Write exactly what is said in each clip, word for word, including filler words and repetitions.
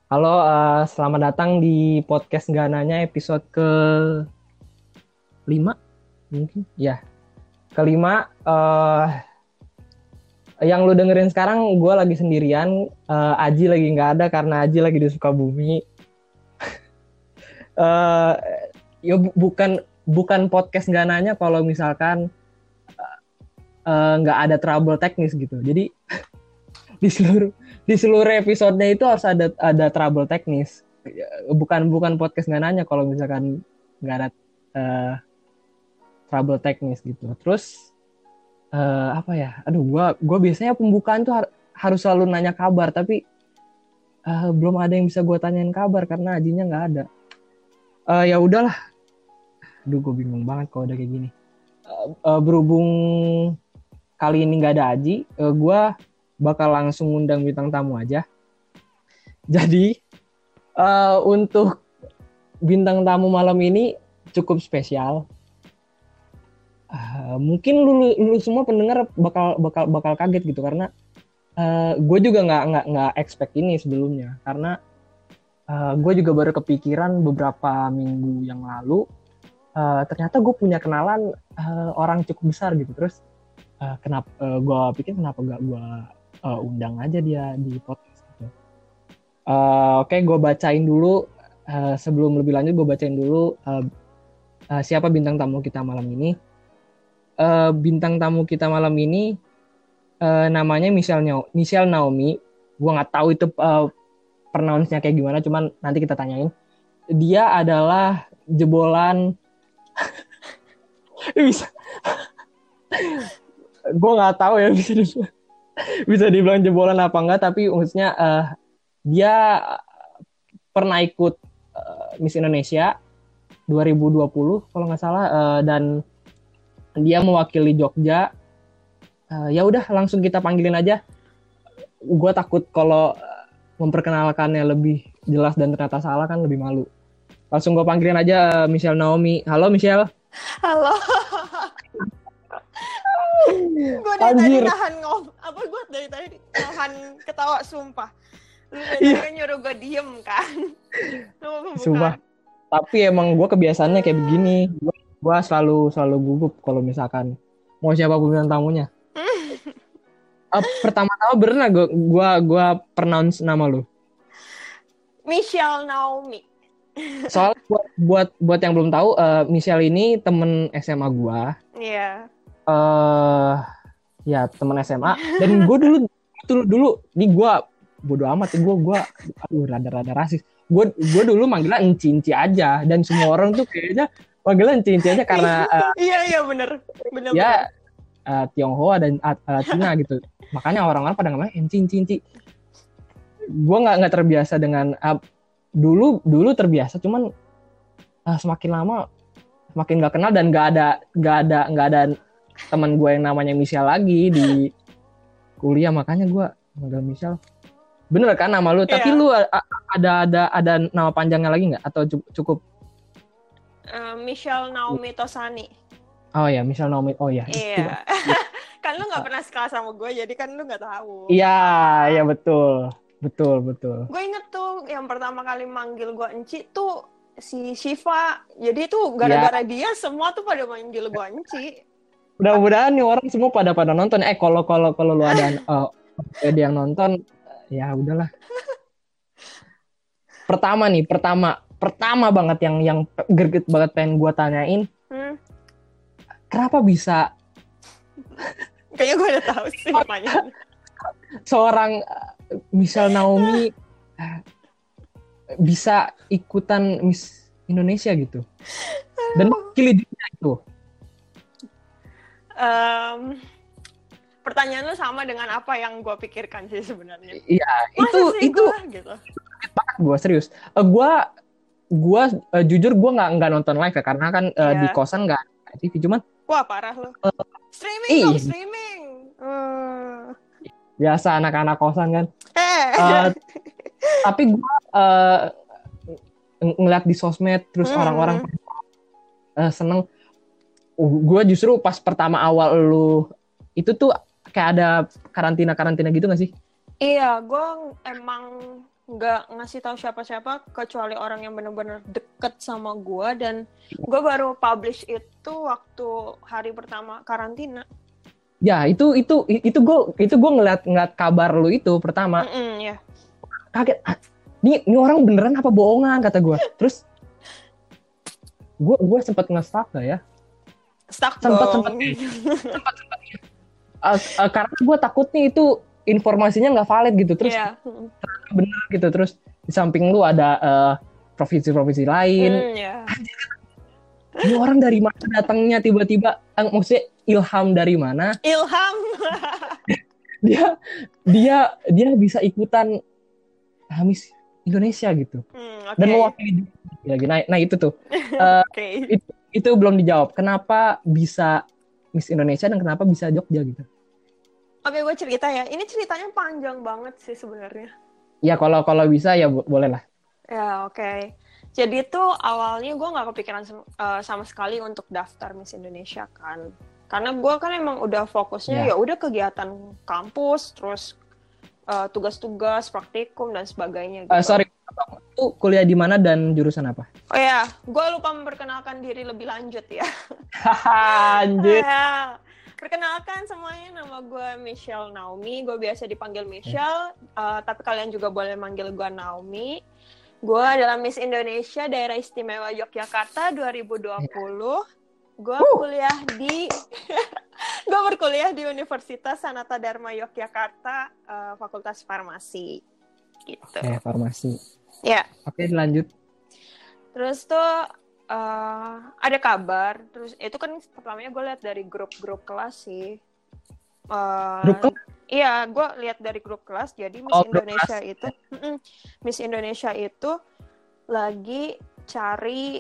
Halo, eh, selamat datang di podcast Nggak Nanya episode ke lima mungkin. Ya, kelima. Eh yang lu dengerin sekarang, gue lagi sendirian. Eh, Aji lagi nggak ada karena Aji lagi di Sukabumi. Eh ya bu- bukan bukan podcast Nggak Nanya kalau misalkan eh, nggak ada trouble teknis gitu. Jadi di seluruh di seluruh episodenya itu harus ada ada trouble teknis. Ya, Bukan bukan podcast Nggak Nanya kalau misalkan nggak ada eh, trouble teknis gitu. Terus eh, apa ya? Aduh, gua gua biasanya pembukaan tuh har- harus selalu nanya kabar, tapi eh, belum ada yang bisa gua tanyain kabar karena Ajinya nggak ada. Eh, ya udahlah. Aduh, gue bingung banget kalau udah kayak gini. Eh, eh, berhubung kali ini nggak ada Aji, eh, gua bakal langsung undang bintang tamu aja. Jadi eh, untuk bintang tamu malam ini cukup spesial. Eh, mungkin lu, lu semua pendengar bakal bakal bakal kaget gitu karena uh, gue juga nggak nggak nggak expect ini sebelumnya karena uh, gue juga baru kepikiran beberapa minggu yang lalu uh, ternyata gue punya kenalan uh, orang cukup besar gitu. Terus uh, kenapa uh, gue pikir kenapa gak gue uh, undang aja dia di podcast gitu. Uh, oke, okay, gue bacain dulu uh, sebelum lebih lanjut gue bacain dulu uh, uh, siapa bintang tamu kita malam ini. Uh, bintang tamu kita malam ini uh, namanya Michelle Nao- Michelle Naomi. Gue nggak tahu itu uh, pronounce-nya kayak gimana, cuman nanti kita tanyain. Dia adalah jebolan bisa gue nggak tahu ya bisa dibilang, bisa dibilang jebolan apa enggak, tapi maksudnya uh, dia pernah ikut uh, Miss Indonesia dua ribu dua puluh kalau nggak salah, uh, dan dia mewakili Jogja. Uh, ya udah langsung kita panggilin aja. Gue takut kalau memperkenalkannya lebih jelas dan ternyata salah kan lebih malu. Langsung gue panggilin aja uh, Michelle Naomi. Halo Michelle. Halo, gue dari tadi Anjir. nahan ngom, apa gue dari tadi nahan ketawa sumpah. Lu dari tadi Iya. kan nyuruh gue diem kan. Lu mau Sumpah. pembukaan. Tapi emang gue kebiasaannya kayak begini. Gue gue selalu selalu gugup kalau misalkan mau siapapun bintang tamunya. Uh, pertama-tama bener gue gue gue pronounce nama lu. Michelle Naomi. Soal buat buat buat yang belum tahu, uh, Michelle ini temen S M A gue. Iya. Uh, ya temen S M A. Dan gue dulu dulu dulu nih gue bodo amat gue gue aduh rada-rada rasis. Gue gue dulu manggilnya enci-enci aja dan semua orang tuh kayaknya manggilnya enci-enci aja karena uh, Iya iya bener bener. ya uh, Tionghoa dan uh, Cina gitu. Makanya orang-orang pada namanya enci enci enci. Gue nggak nggak terbiasa dengan uh, dulu dulu terbiasa, cuman uh, semakin lama semakin nggak kenal dan nggak ada nggak ada nggak ada teman gue yang namanya Michelle lagi di kuliah, makanya gue manggil Michelle. Bener kan nama lu? Tapi Iya. lu a- a- ada ada ada nama panjangnya lagi nggak atau cu- cukup? Uh, Michelle Naomi Tosani. Oh ya, Michelle Naomi. Oh ya. Iya. Kan lu nggak pernah sekelas sama gue, jadi kan lu nggak tahu. Iya, iya betul, betul, betul. Gue inget tuh yang pertama kali manggil gue Enci tuh si Shiva. Jadi tuh gara-gara Ya, dia semua tuh pada manggil gue Enci. mudah-mudahan nih orang semua pada pada nonton. Eh kalau kalau kalau lu ada uh, ada yang nonton, ya udahlah. Pertama nih, pertama, pertama banget yang yang greget banget pengen gue tanyain, Hmm. kenapa bisa Kayaknya gue udah tahu sih pertanyaannya. seorang uh, Michelle Naomi uh, bisa ikutan Miss Indonesia gitu dan mewakili dunia itu. Um, pertanyaan lu sama dengan apa yang gue pikirkan sih sebenarnya. Iya, Masa itu sih itu gue gitu? banget gue serius. Uh, gue gue uh, jujur gue nggak nggak nonton live ya karena kan uh, Iya. di kosan nggak ada T V, cuman Wah parah lu. Streaming ih, dong, streaming. Hmm. biasa anak-anak kosan kan. Eh. Uh, tapi gue uh, ng- ngeliat di sosmed terus Hmm. orang-orang uh, seneng. Uh, gue justru pas pertama awal lu itu tuh kayak ada karantina karantina gitu nggak sih? Iya, gue emang nggak ngasih tahu siapa-siapa kecuali orang yang benar-benar deket sama gue, dan gue baru publish itu waktu hari pertama karantina. Ya itu itu itu gue itu gue ngeliat ngeliat kabar lu itu pertama. Mm-mm, ya. Kaget. Ah, ini ini orang beneran apa bohongan kata gue. Terus gue gue sempat nge-stuck gak ya? Stuck Sempat dong. sempat sempat sempat. Uh, uh, karena gue takutnya itu informasinya nggak valid gitu. Terus yeah. bener gitu. Terus di samping lu ada uh, provinsi-provinsi lain. Mm, yeah. Ini orang dari mana datangnya tiba-tiba? Uh, maksudnya ilham dari mana? Ilham. dia dia dia bisa ikutan Miss Indonesia gitu. Hmm, okay. Dan mewakili lagi. Nah, nah itu tuh. Uh, okay. itu, itu belum dijawab. Kenapa bisa Miss Indonesia dan kenapa bisa Jogja gitu? Oke, okay, gue cerita ya. Ini ceritanya panjang banget sih sebenarnya. Ya kalau kalau bisa ya bo- boleh lah. Ya oke. Okay. Jadi tuh awalnya gue nggak kepikiran sem- uh, sama sekali untuk daftar Miss Indonesia kan. Karena gue kan emang udah fokusnya ya udah kegiatan kampus, terus uh, tugas-tugas, praktikum dan sebagainya. Gitu. Uh, sorry, itu kuliah di mana dan jurusan apa? Oh ya, gue lupa memperkenalkan diri lebih lanjut ya. Haha, anjir. Ya. Perkenalkan semuanya, nama gue Michelle Naomi. Gue biasa dipanggil Michelle, uh, tapi kalian juga boleh manggil gue Naomi. Gue adalah Miss Indonesia Daerah Istimewa Yogyakarta dua ribu dua puluh. Gue uh. kuliah di, gue berkuliah di Universitas Sanata Dharma Yogyakarta, uh, Fakultas Farmasi. Gitu. Eh, farmasi. Ya. Oke, lanjut. Terus tuh. Uh, ada kabar, terus itu kan pertamanya gue lihat dari grup-grup kelas sih. Uh, grup kelas? Iya, gue lihat dari grup kelas. Jadi Miss oh, Indonesia itu, Miss Indonesia itu lagi cari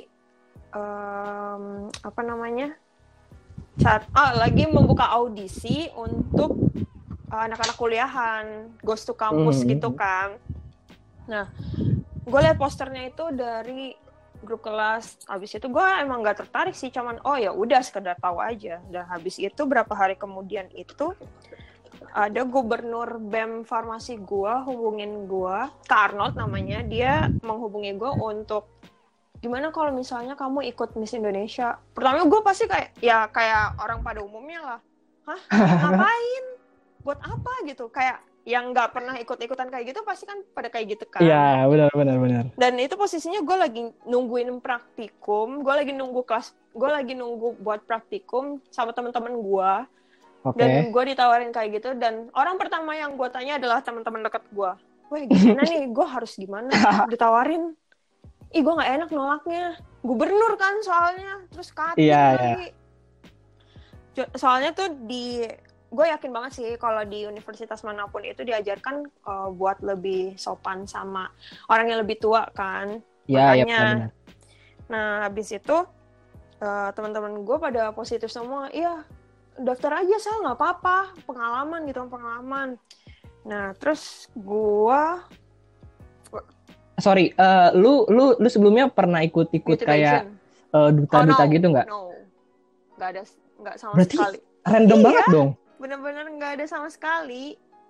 um, apa namanya? Car- ah, lagi membuka audisi untuk uh, anak-anak kuliahan, goes to campus hmm. gitu kan. Nah, gue lihat posternya itu dari grup kelas. Habis itu gue emang nggak tertarik sih, cuman oh ya udah sekedar tahu aja. Dan habis itu berapa hari kemudian itu ada gubernur B E M farmasi gue hubungin gue, Kak Arnold namanya, dia menghubungi gue untuk gimana kalau misalnya kamu ikut Miss Indonesia. Pertama gue pasti kayak ya kayak orang pada umumnya lah, hah ngapain, buat apa gitu, kayak yang nggak pernah ikut-ikutan kayak gitu pasti kan pada kayak gitu kan. Iya, benar benar benar. Dan itu posisinya gue lagi nungguin praktikum, gue lagi nunggu kelas, gue lagi nunggu buat praktikum sama teman-teman gue. Okay. Dan gue ditawarin kayak gitu, dan orang pertama yang gue tanya adalah teman-teman dekat gue. Wah gimana nih, gue harus gimana? Ditawarin, ih gue nggak enak nolaknya. Gubernur kan soalnya, terus katin yeah, lagi. Yeah. Soalnya tuh di gue yakin banget sih kalau di universitas manapun itu diajarkan uh, buat lebih sopan sama orang yang lebih tua kan. Ya, makanya ya, nah habis itu uh, teman-teman gue pada positif semua. Iya daftar aja Sal, nggak apa-apa, pengalaman gitu, pengalaman. Nah terus gue sorry uh, lu lu lu sebelumnya pernah ikut-ikut kayak uh, duta-duta oh, no. gitu nggak? No, nggak ada, nggak sama berarti sekali. Random iya. banget dong. Bener-bener nggak ada sama sekali.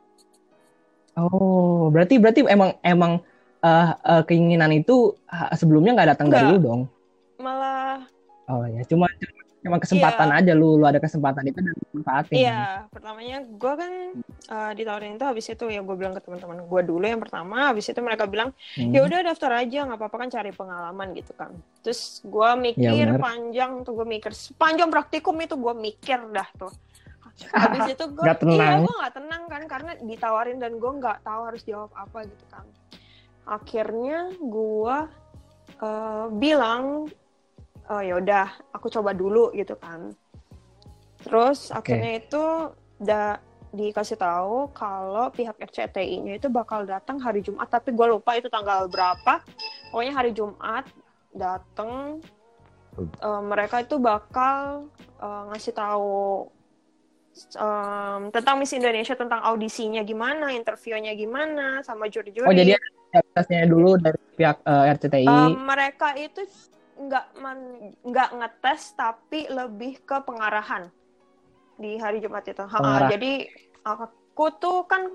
Oh, berarti berarti emang emang uh, uh, keinginan itu uh, sebelumnya nggak datang dari lu dong? Malah. Oh ya, cuma cuma kesempatan iya. aja lu, lu ada kesempatan itu dan manfaatin. Iya, kan? Pertamanya gue kan uh, ditawarin itu, habis itu ya gue bilang ke teman-teman gue dulu yang pertama, habis itu mereka bilang hmm. ya udah daftar aja, nggak apa-apa kan cari pengalaman gitu kan. Terus gue mikir ya, panjang tuh, gue mikir sepanjang praktikum itu gue mikir dah tuh. Habis itu gue, iya gue nggak tenang kan karena ditawarin dan gue nggak tahu harus jawab apa gitu kan. Akhirnya gue uh, bilang, oh ya udah, aku coba dulu gitu kan. Terus okay. akhirnya itu da, dikasih tahu kalau pihak R C T I-nya itu bakal datang hari Jumat, tapi gue lupa itu tanggal berapa. Pokoknya hari Jumat datang, uh, mereka itu bakal uh, ngasih tahu Um, tentang Miss Indonesia, tentang audisinya gimana, interviewnya gimana, sama juri-juri. Oh jadi ada tesnya dulu dari pihak uh, R C T I. Um, mereka itu nggak man, nggak ngetes, tapi lebih ke pengarahan di hari Jumat itu. Ha, jadi aku tuh kan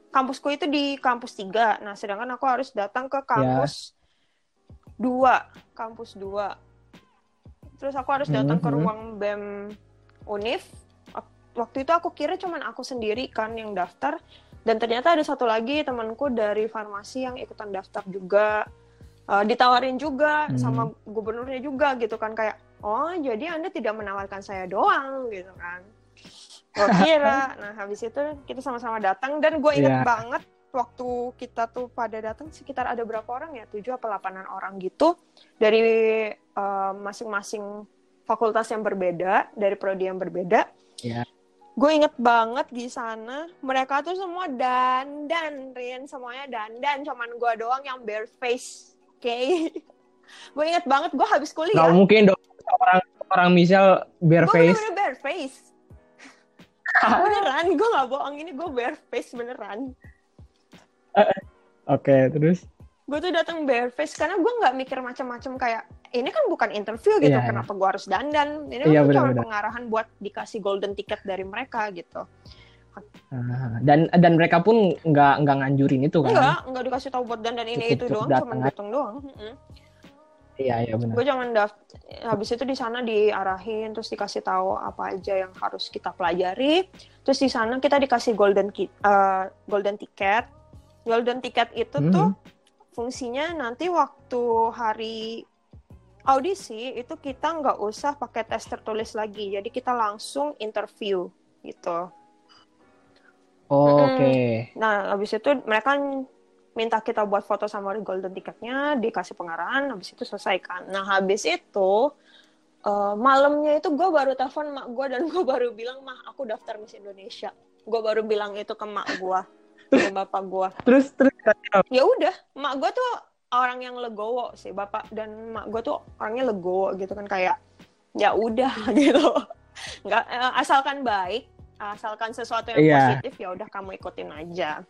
kampusku itu di kampus tiga. Nah, sedangkan aku harus datang ke kampus dua, kampus dua. Terus aku harus datang mm-hmm. ke ruang B E M Univ. Waktu itu aku kira cuman aku sendiri kan yang daftar, dan ternyata ada satu lagi temanku dari farmasi yang ikutan daftar juga. Uh, ditawarin juga mm-hmm. sama gubernurnya juga gitu kan, kayak, oh jadi Anda tidak menawarkan saya doang gitu kan. Gue kira, nah habis itu kita sama-sama datang, dan gue inget yeah. banget waktu kita tuh pada datang sekitar ada berapa orang ya, tujuh atau delapanan orang gitu dari uh, masing-masing fakultas yang berbeda, dari prodi yang berbeda. Yeah. Gue inget banget di sana mereka tuh semua dandan, Rin, semuanya dandan, cuman gue doang yang bare face, oke? Okay? Gue inget banget, gue habis kuliah. Gak mungkin dong orang orang misal bare gua face. Gue bener-bener bare face. Beneran, gue gak bohong, ini gue bare face beneran. Uh, Oke, okay, terus? Gue tuh datang bare face karena gue gak mikir macam-macam, kayak ini kan bukan interview gitu, yeah, kenapa yeah. gue harus dandan? Ini yeah, kan cuma pengarahan buat dikasih golden ticket dari mereka gitu. Uh, dan dan mereka pun nggak nggak nganjurin itu kan? Nggak, nggak dikasih tahu buat dandan ini itu doang, cuma datang doang. Mm-hmm. Iya, iya benar. Gue cuman daftar, habis itu di sana diarahin, terus dikasih tahu apa aja yang harus kita pelajari. Terus di sana kita dikasih golden ki- uh, golden ticket. Golden ticket itu mm-hmm. tuh fungsinya nanti waktu hari audisi itu kita nggak usah pakai tes tertulis lagi. Jadi kita langsung interview gitu. Oh, mm-hmm. Oke. Okay. Nah, habis itu mereka minta kita buat foto sama golden ticketnya, dikasih pengarahan, habis itu selesai kan. Nah, habis itu uh, malamnya itu gue baru telepon mak gue, dan gue baru bilang, mah aku daftar Miss Indonesia. Gue baru bilang itu ke mak gue, ke bapak gue. Terus terus ya udah, mak gue tuh orang yang legowo sih, bapak dan mak gue tuh orangnya legowo gitu kan, kayak ya udah gitu. Nggak, asalkan baik, asalkan sesuatu yang yeah. positif, ya udah kamu ikutin aja.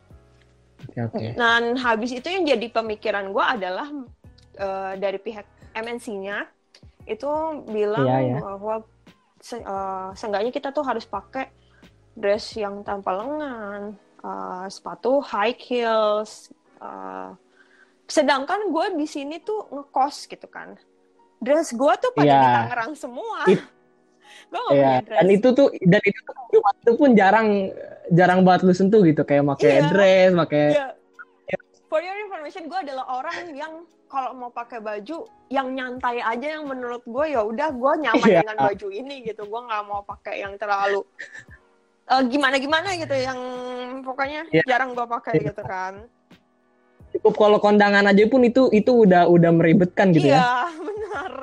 Okay. Dan habis itu yang jadi pemikiran gue adalah uh, dari pihak M N C-nya itu bilang yeah, yeah. bahwa se- uh, seenggaknya kita tuh harus pakai dress yang tanpa lengan, uh, sepatu high heels. Uh, sedangkan gue di sini tuh ngekos gitu kan, dress gue tuh pada yeah. di Tangerang semua. It- gue nggak yeah. punya dress. Dan itu tuh dan itu tuh itu pun jarang jarang banget lu sentuh gitu, kayak pakai yeah. dress, pakai. Yeah. For your information, gue adalah orang yang kalau mau pakai baju yang nyantai aja, yang menurut gue ya udah gue nyaman yeah. dengan baju ini gitu. Gue nggak mau pakai yang terlalu uh, gimana-gimana gitu, yang pokoknya yeah. jarang gue pakai yeah. gitu kan. Cukup kalau kondangan aja pun itu itu udah udah meribetkan gitu yeah, ya. Iya benar.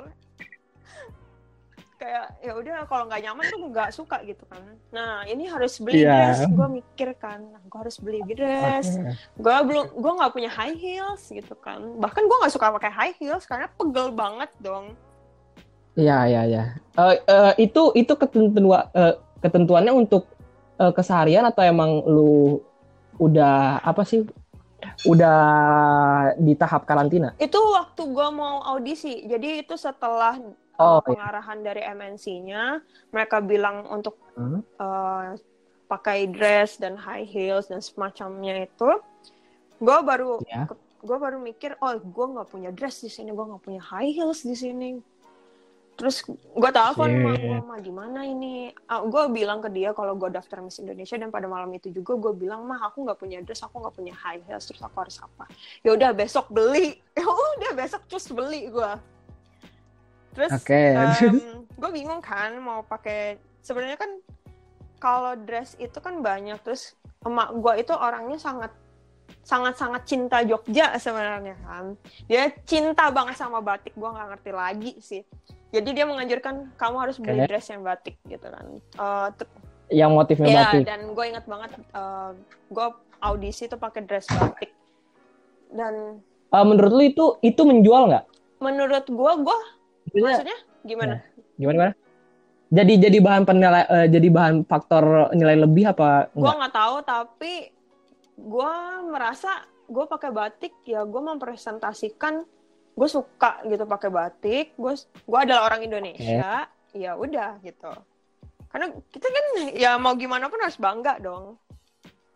Kayak ya udah kalau nggak nyaman tuh nggak suka gitu kan. Nah ini harus beli yeah. dress, gue mikir kan, nah, gue harus beli dress. Okay. Gue belum, gue nggak punya high heels gitu kan. Bahkan gue nggak suka pakai high heels karena pegel banget dong. Iya iya iya. Uh, uh, itu itu ketentuan uh, ketentuannya untuk uh, keseharian atau emang lu udah apa sih? Udah di tahap karantina? Itu waktu gue mau audisi. Jadi itu setelah Oh, pengarahan iya. dari M N C-nya, mereka bilang untuk hmm? uh, pakai dress dan high heels dan semacamnya itu, gue baru yeah. gue baru mikir, oh gue nggak punya dress di sini, gue nggak punya high heels di sini. Terus gue telepon yeah. mak gue, mah gimana ini? Uh, gue bilang ke dia kalau gue daftar Miss Indonesia, dan pada malam itu juga gue bilang, mah aku nggak punya dress, aku nggak punya high heels, terus aku harus apa? Ya udah besok beli, ya udah besok terus beli gue. Terus okay. um, gue bingung kan mau pakai, sebenarnya kan kalau dress itu kan banyak, terus emak gue itu orangnya sangat sangat sangat cinta Jogja sebenarnya kan, dia cinta banget sama batik, gue nggak ngerti lagi sih, jadi dia menganjurkan kamu harus beli okay. dress yang batik gitu kan, uh, t- yang motifnya ya, batik. Dan gue ingat banget uh, gue audisi tuh pakai dress batik, dan uh, menurut lu itu itu menjual nggak? Menurut gue gue maksudnya gimana? Ya. Gimana, gimana? Jadi jadi bahan penilai uh, jadi bahan faktor nilai lebih apa enggak? Gue nggak tahu, tapi gue merasa gue pakai batik ya gue mempresentasikan gue suka gitu pakai batik, gue gue adalah orang Indonesia, okay. ya udah gitu. Karena kita kan ya mau gimana pun harus bangga dong.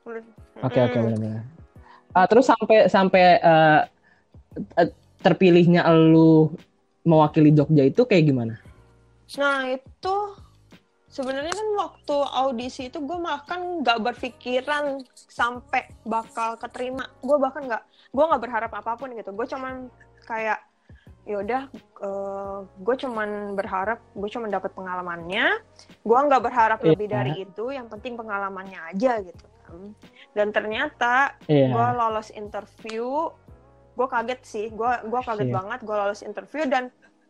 Oke oke benar-benar. Uh, terus sampai sampai uh, terpilihnya lu mewakili Jogja itu kayak gimana? Nah itu sebenarnya kan waktu audisi itu gue bahkan nggak berpikiran sampai bakal keterima. Gue bahkan nggak, gue nggak berharap apapun gitu. Gue cuman kayak yaudah, uh, gue cuman berharap gue cuman dapat pengalamannya. Gue nggak berharap yeah. lebih dari itu. Yang penting pengalamannya aja gitu kan. Dan ternyata yeah. gue lolos interview. Gue kaget sih, gue gue kaget yeah. banget. Gue lolos interview dan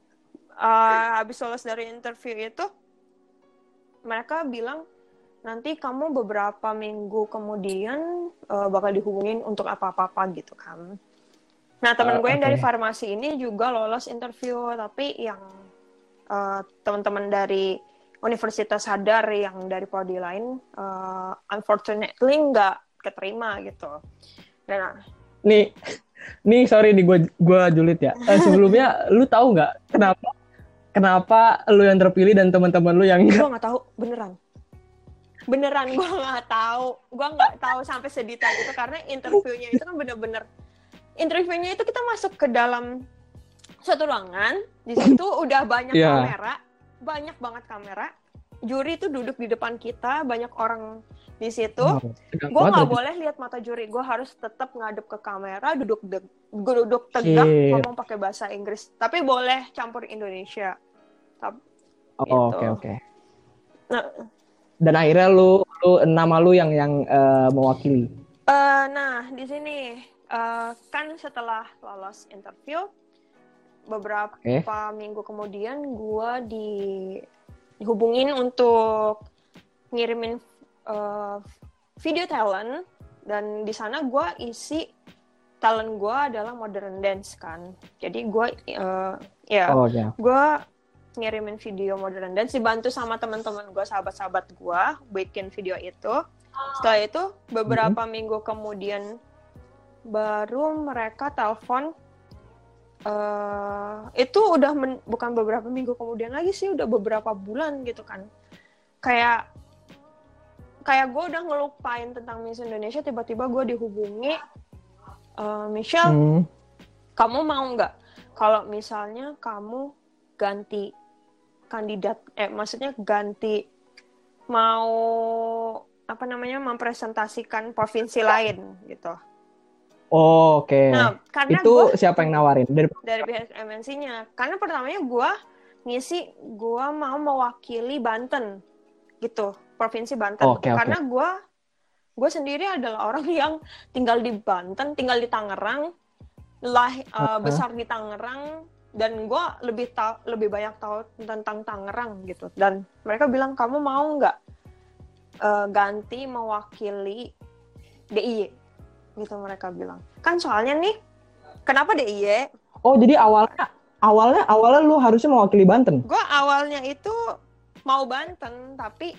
uh, habis lolos dari interview itu mereka bilang nanti kamu beberapa minggu kemudian uh, bakal dihubungin untuk apa-apa gitu kan. Nah teman uh, gue yang okay. dari farmasi ini juga lolos interview, tapi yang uh, teman-teman dari Universitas Sadar yang dari prodi lain uh, unfortunately nggak keterima gitu. Dan nih nih sorry nih gue gue julid ya. Uh, sebelumnya lu tahu nggak kenapa kenapa lu yang terpilih dan teman-teman lu yang enggak? Gue nggak tahu beneran. Beneran gue nggak tahu. Gue nggak tahu sampai sedetail itu karena interviewnya itu kan bener-bener interviewnya itu kita masuk ke dalam satu ruangan, di situ udah banyak yeah. kamera, banyak banget kamera. Juri itu duduk di depan kita, banyak orang di situ. Oh, gue nggak boleh lihat mata juri, gue harus tetap ngadep ke kamera, duduk de- duduk tegak, yeah. ngomong pakai bahasa Inggris. Tapi boleh campur Indonesia. Oh oke oke. Okay, okay. Nah, dan akhirnya lu, lu nama lu yang yang uh, mewakili. Uh, nah di sini. Uh, kan setelah lolos interview beberapa okay. minggu kemudian gue di dihubungin untuk ngirimin uh, video talent dan di sana gue isi talent gue adalah modern dance kan, jadi gue uh, ya oh, yeah. gue ngirimin video modern dance dibantu sama teman-teman gue, sahabat-sahabat gue bikin video itu. Setelah itu beberapa mm-hmm. minggu kemudian baru mereka telepon, uh, itu udah men- bukan beberapa minggu kemudian lagi sih, udah beberapa bulan gitu kan. Kayak kayak gue udah ngelupain tentang Miss Indonesia, tiba-tiba gue dihubungi, uh, Michelle, hmm. kamu mau nggak kalau misalnya kamu ganti kandidat, eh maksudnya ganti mau apa namanya mempresentasikan provinsi lain gitu. Oh, oke. Okay. Nah, karena itu gua, siapa yang nawarin? Dari dari pihak M N C-nya. Karena pertamanya gue ngisi, gue mau mewakili Banten, gitu, provinsi Banten. Oh, okay, karena gue, okay. gue sendiri adalah orang yang tinggal di Banten, tinggal di Tangerang, lah uh, uh-huh. besar di Tangerang, dan gue lebih tahu, lebih banyak tahu tentang Tangerang gitu. Dan mereka bilang, kamu mau nggak uh, ganti mewakili D I Y? Gitu mereka bilang. Kan soalnya nih, kenapa D I Y? Oh, jadi awalnya awalnya awalnya lu harusnya mewakili Banten. Gue awalnya itu mau Banten, tapi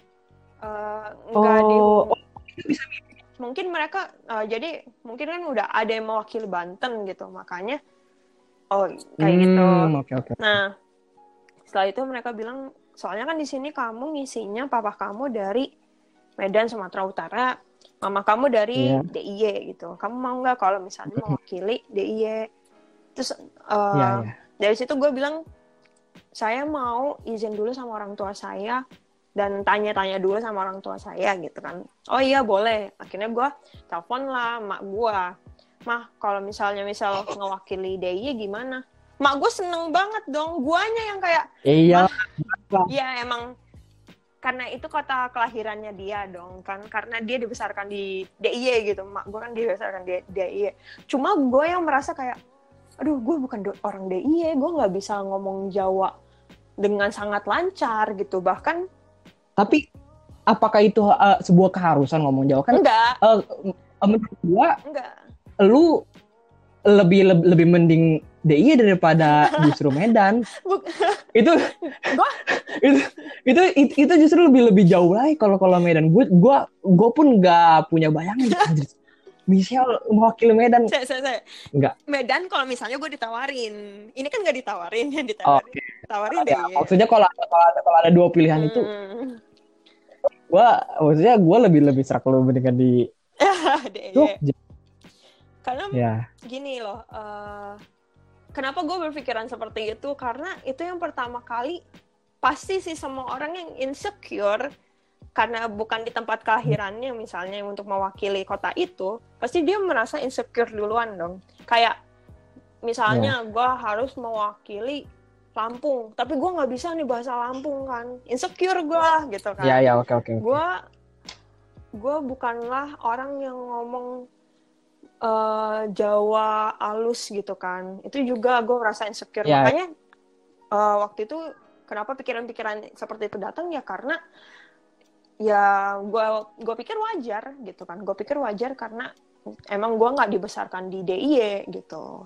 nggak uh, oh. di mungkin mereka uh, jadi mungkin kan udah ada yang mewakili Banten gitu, makanya oh kayak hmm, gitu. Okay, okay. Nah, setelah itu mereka bilang, soalnya kan di sini kamu ngisinya papa kamu dari Medan, Sumatera Utara, mama kamu dari yeah. D I Y gitu. Kamu mau nggak kalau misalnya mewakili D I Y? Terus uh, yeah, yeah. dari situ gue bilang, saya mau izin dulu sama orang tua saya dan tanya-tanya dulu sama orang tua saya gitu kan. Oh iya boleh. Akhirnya gue telepon lah mak gue. Mah kalau misalnya misal ngewakili D I Y gimana? Mak gue seneng banget dong. Guanya yang kayak, iya. Iya emang. Karena itu kota kelahirannya dia dong kan, karena dia dibesarkan di D I Y gitu. Mak gue kan dibesarkan di D I Y. Cuma gue yang merasa kayak, aduh gue bukan do- orang D I Y, gue nggak bisa ngomong Jawa dengan sangat lancar gitu. Bahkan tapi apakah itu uh, sebuah keharusan ngomong Jawa kan? Enggak. Uh, menurut gue, enggak. Lu lebih lebih, lebih mending D I Y daripada justru Medan. itu, itu itu itu itu justru lebih lebih jauh lagi kalau kalau Medan. Gue gue gue pun nggak punya bayangan. Michelle mewakili Medan. Saya, saya, saya. Enggak. Medan kalau misalnya gue ditawarin. Ini kan nggak ditawarin, yang ditawarin. Okay. Ditawarin ya, deh. Maksudnya kalau ada kalau ada kalau ada dua pilihan hmm. itu, gue maksudnya gue lebih lebih serak lebih mendingan di D I Y. Jogja. Karena ya. gini loh, uh, kenapa gue berpikiran seperti itu? Karena itu yang pertama kali pasti sih semua orang yang insecure karena bukan di tempat kelahirannya misalnya untuk mewakili kota itu, pasti dia merasa insecure duluan dong. Kayak misalnya ya. Gue harus mewakili Lampung, tapi gue nggak bisa nih bahasa Lampung kan, insecure gue gitu kan. Iya, iya, oke, oke. Gue, gue bukanlah orang yang ngomong uh, Jawa alus gitu kan. Itu juga gue merasa insecure. Ya. Makanya uh, waktu itu kenapa pikiran-pikiran seperti itu datang ya karena ya gue gue pikir wajar gitu kan. Gue pikir wajar karena emang gue nggak dibesarkan di D I Y gitu.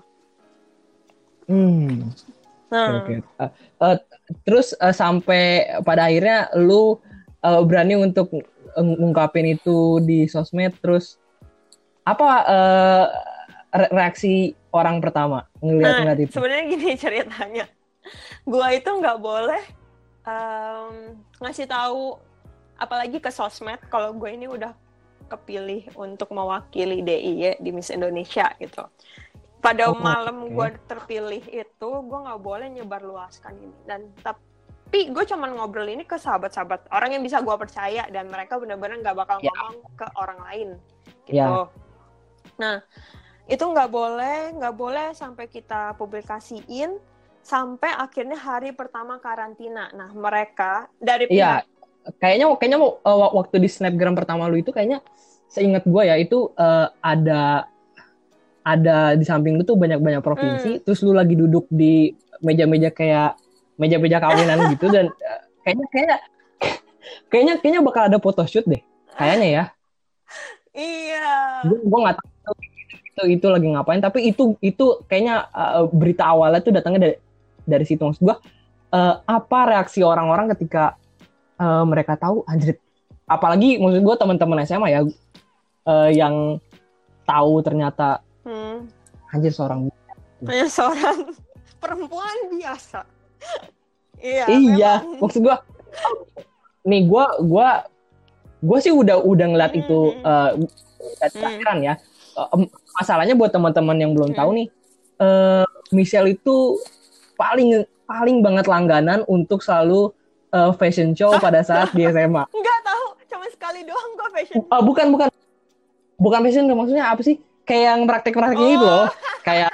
Hmm. Nah. Oke. Okay, okay. Uh, uh, terus uh, sampai pada akhirnya lu uh, berani untuk ngungkapin itu di sosmed. Terus apa uh, reaksi orang pertama ngeliat-ngeliat itu? Nah, sebenarnya gini ceritanya. Gua itu nggak boleh um, ngasih tahu, apalagi ke sosmed kalau gue ini udah kepilih untuk mewakili D I Y di Miss Indonesia gitu. Pada oh, malam okay. gue terpilih itu, gue nggak boleh nyebarluaskan ini. Dan tapi gue cuman ngobrol ini ke sahabat-sahabat, orang yang bisa gue percaya, dan mereka benar-benar nggak bakal yeah. ngomong ke orang lain, gitu. Yeah. Nah, itu nggak boleh, nggak boleh sampai kita publikasiin, sampai akhirnya hari pertama karantina. Nah, mereka dari Iya, yeah. kayaknya kayaknya uh, waktu di Snapgram pertama lu itu kayaknya, seingat gue ya itu uh, ada ada di samping lu tuh banyak-banyak provinsi, hmm. terus lu lagi duduk di meja-meja kayak meja-meja kawinan gitu, dan uh, kayaknya kayak kayaknya kayaknya bakal ada photoshoot deh, kayaknya ya. Iya. Gue gue nggak tahu itu itu lagi ngapain, tapi itu itu kayaknya uh, berita awalnya tuh datangnya dari dari situ. Maksud gue uh, apa reaksi orang-orang ketika uh, mereka tahu anjir, apalagi maksud gue teman-teman S M A ya uh, yang tahu ternyata Hmm. anjir seorang hanya seorang perempuan biasa. Iya. Iya, memang. Maksud gue, nih gue gue gue sih udah udah ngeliat hmm. itu uh, hmm. ya. Uh, masalahnya buat teman-teman yang belum hmm. tahu nih, uh, Michelle itu paling paling banget langganan untuk selalu uh, fashion show pada saat di S M A. Enggak tahu, cuma sekali doang gue fashion. Uh, bukan bukan bukan fashion show, maksudnya apa sih? Kayak yang praktek-praktek oh. itu loh, kayak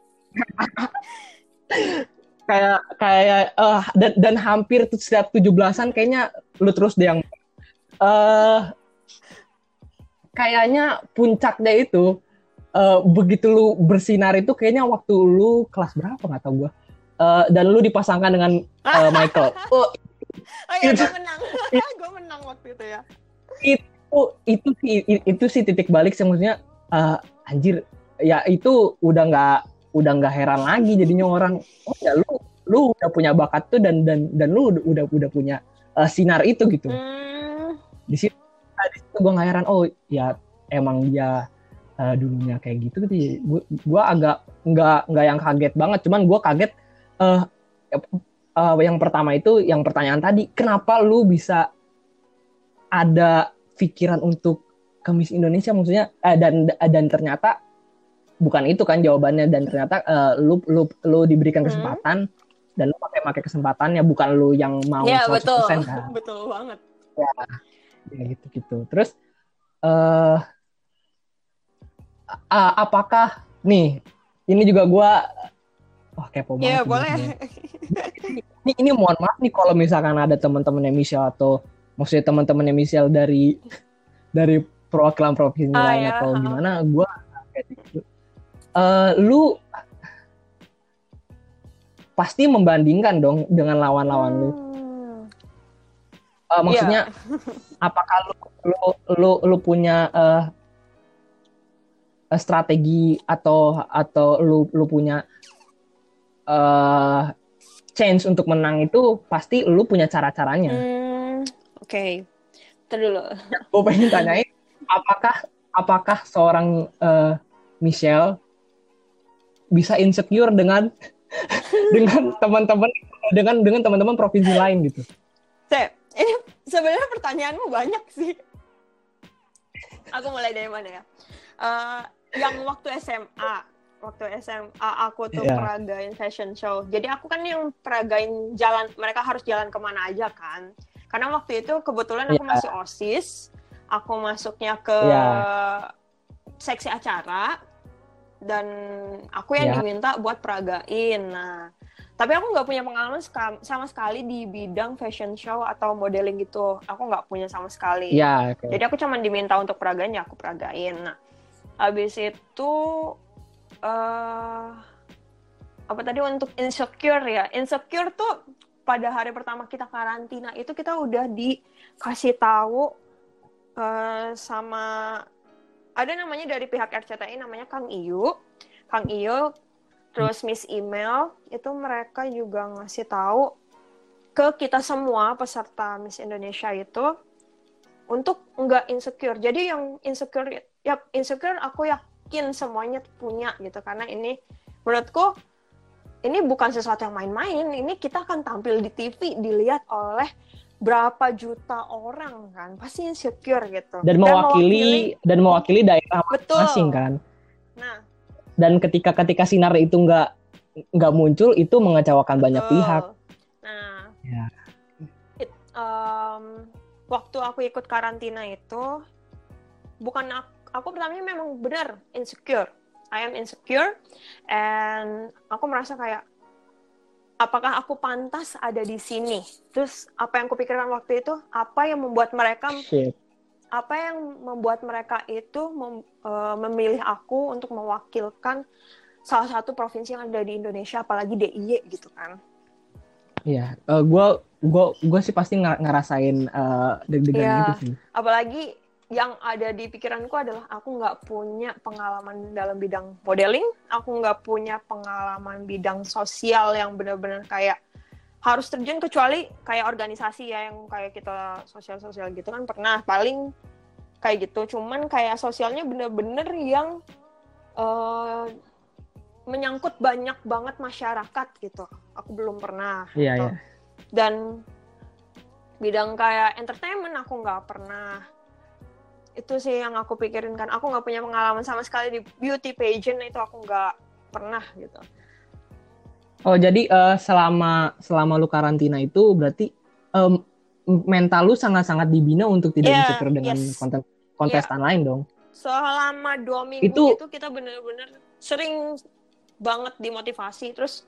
kayak kayak uh, dan dan hampir setiap tujuh belasan kayaknya lu terus deh yang uh, kayaknya puncaknya itu uh, begitu lu bersinar itu kayaknya waktu lu kelas berapa nggak tahu gue, uh, dan lu dipasangkan dengan uh, Michael. Oh, oh ya, gue menang, gue menang waktu itu ya. Itu itu itu, itu sih titik balik sih, maksudnya. Uh, anjir ya itu udah nggak udah nggak heran lagi jadinya orang, oh ya lu lu udah punya bakat tuh dan dan dan lu udah udah punya uh, sinar itu gitu. Hmm. Di situ nah, di situ gue nggak heran, oh ya emang dia uh, dulunya kayak gitu gitu. Gue gue agak nggak nggak yang kaget banget, cuman gue kaget uh, uh, yang pertama itu yang pertanyaan tadi, kenapa lu bisa ada pikiran untuk ke Miss Indonesia, maksudnya eh, dan dan ternyata bukan itu kan jawabannya, dan ternyata uh, lu lu lu diberikan kesempatan hmm. dan lu pakai-pakai kesempatannya, bukan lu yang mau ya, seratus persen betul. Kan. Betul banget. Ya, ya gitu-gitu. Terus uh, uh, apakah nih ini juga gua wah kepo banget. Iya, boleh. Ini ini mohon maaf nih kalau misalkan ada teman-temannya Michelle atau maksudnya teman-temannya Michelle dari dari perwakilan provinsi ah, lain ya, atau ha. gimana, gue kayak gitu. Uh, lu pasti membandingkan dong dengan lawan-lawan hmm. lu. Uh, maksudnya, yeah. apakah lu lu lu, lu punya uh, strategi atau atau lu lu punya uh, chance untuk menang itu, pasti lu punya cara-caranya. Hmm, Oke, okay. Ntar dulu. Gue pengen tanyain, apakah apakah seorang uh, Michelle bisa insecure dengan dengan teman-teman dengan dengan teman-teman provinsi lain gitu? Sep, ini sebenarnya pertanyaanmu banyak sih. aku mulai dari mana ya? Uh, yang waktu S M A, waktu S M A aku tuh yeah. peragain fashion show. Jadi aku kan yang peragain jalan, mereka harus jalan kemana aja kan. Karena waktu itu kebetulan aku yeah. masih OSIS, aku masuknya ke yeah. seksi acara, dan aku yang yeah. diminta buat peragain. Nah, tapi aku nggak punya pengalaman sama sekali di bidang fashion show atau modeling gitu. Aku nggak punya sama sekali. Yeah, okay. Jadi aku cuma diminta untuk peragain, ya aku peragain. Nah, habis itu uh, apa tadi untuk insecure ya? Insecure tuh pada hari pertama kita karantina itu kita udah dikasih tahu uh, sama ada namanya dari pihak R C T I namanya Kang Iyu, Kang Iyu. Terus Miss Email, itu mereka juga ngasih tahu ke kita semua peserta Miss Indonesia itu untuk nggak insecure. Jadi yang insecure, ya insecure aku yakin semuanya punya gitu. Karena ini menurutku, ini bukan sesuatu yang main-main. Ini kita akan tampil di T V, dilihat oleh berapa juta orang kan. Pasti insecure gitu. Dan mewakili, dan mewakili, dan mewakili daerah masing-masing kan. Nah, dan ketika ketika sinar itu nggak nggak muncul, itu mengecewakan Betul. banyak pihak. Nah, ya. it, um, waktu aku ikut karantina itu, bukan aku, aku pertamanya memang benar insecure. I am insecure, and aku merasa kayak, apakah aku pantas ada di sini? Terus apa yang kupikirkan waktu itu, apa yang membuat mereka Shit. apa yang membuat mereka itu mem, uh, memilih aku untuk mewakilkan salah satu provinsi yang ada di Indonesia, apalagi D I Y gitu kan? Iya, uh, gue gue gue sih pasti ngerasain uh, deg-degan ya, itu sih. Apalagi yang ada di pikiranku adalah aku nggak punya pengalaman dalam bidang modeling, aku nggak punya pengalaman bidang sosial yang benar-benar kayak harus terjun, kecuali kayak organisasi ya yang kayak kita sosial-sosial gitu kan pernah paling kayak gitu, cuman kayak sosialnya bener-bener yang uh, menyangkut banyak banget masyarakat gitu, aku belum pernah. Iya, gitu. Iya. Dan bidang kayak entertainment aku nggak pernah. Itu sih yang aku pikirin kan, aku nggak punya pengalaman sama sekali di beauty pageant, itu aku nggak pernah gitu. Oh, jadi uh, selama selama lu karantina itu berarti um, mental lu sangat-sangat dibina untuk tidak yeah, insecure dengan yes. konten kontestan yeah. lain dong. Selama dua minggu itu, itu kita benar-benar sering banget dimotivasi, terus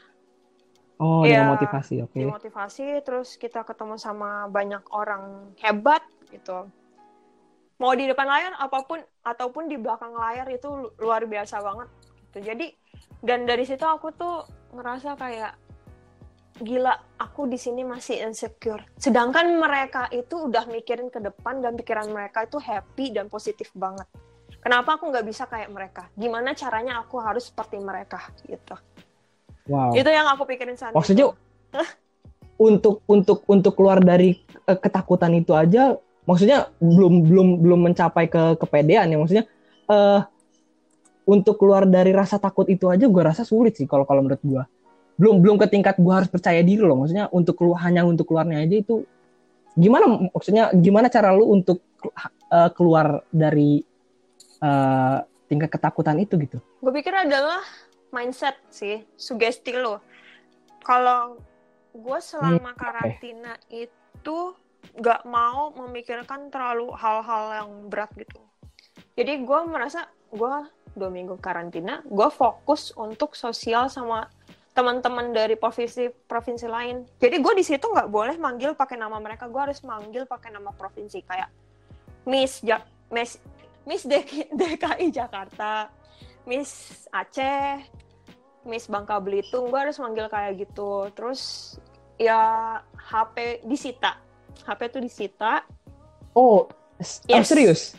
Oh, ya, dimotivasi, oke. Okay. Dimotivasi, terus kita ketemu sama banyak orang hebat gitu. Mau di depan layar apapun ataupun di belakang layar itu luar biasa banget gitu. Jadi dan dari situ aku tuh ngerasa kayak gila, aku di sini masih insecure. Sedangkan mereka itu udah mikirin ke depan dan pikiran mereka itu happy dan positif banget. Kenapa aku nggak bisa kayak mereka? Gimana caranya aku harus seperti mereka gitu? Wow. Itu yang aku pikirin saat maksudnya, itu. untuk untuk untuk keluar dari uh, ketakutan itu aja, maksudnya belum belum belum mencapai ke kepedean ya. Maksudnya uh, untuk keluar dari rasa takut itu aja gue rasa sulit sih kalau kalau menurut gue. Belum belum ke tingkat gue harus percaya diri loh. Maksudnya untuk keluar, hanya untuk keluarnya aja itu gimana, maksudnya gimana cara lu untuk uh, keluar dari uh, tingkat ketakutan itu gitu? Gue pikir adalah mindset sih, sugesti lo. Kalau gue selama hmm, karantina okay. itu gak mau memikirkan terlalu hal-hal yang berat gitu. Jadi gue merasa gue dua minggu karantina, gue fokus untuk sosial sama teman-teman dari provinsi provinsi lain. Jadi gue di situ nggak boleh manggil pakai nama mereka, gue harus manggil pakai nama provinsi kayak Miss ja- Miss Miss D K I Jakarta, Miss Aceh, Miss Bangka Belitung, gue harus manggil kayak gitu. Terus ya H P disita, H P tuh disita. Oh, yes. Oh, serius?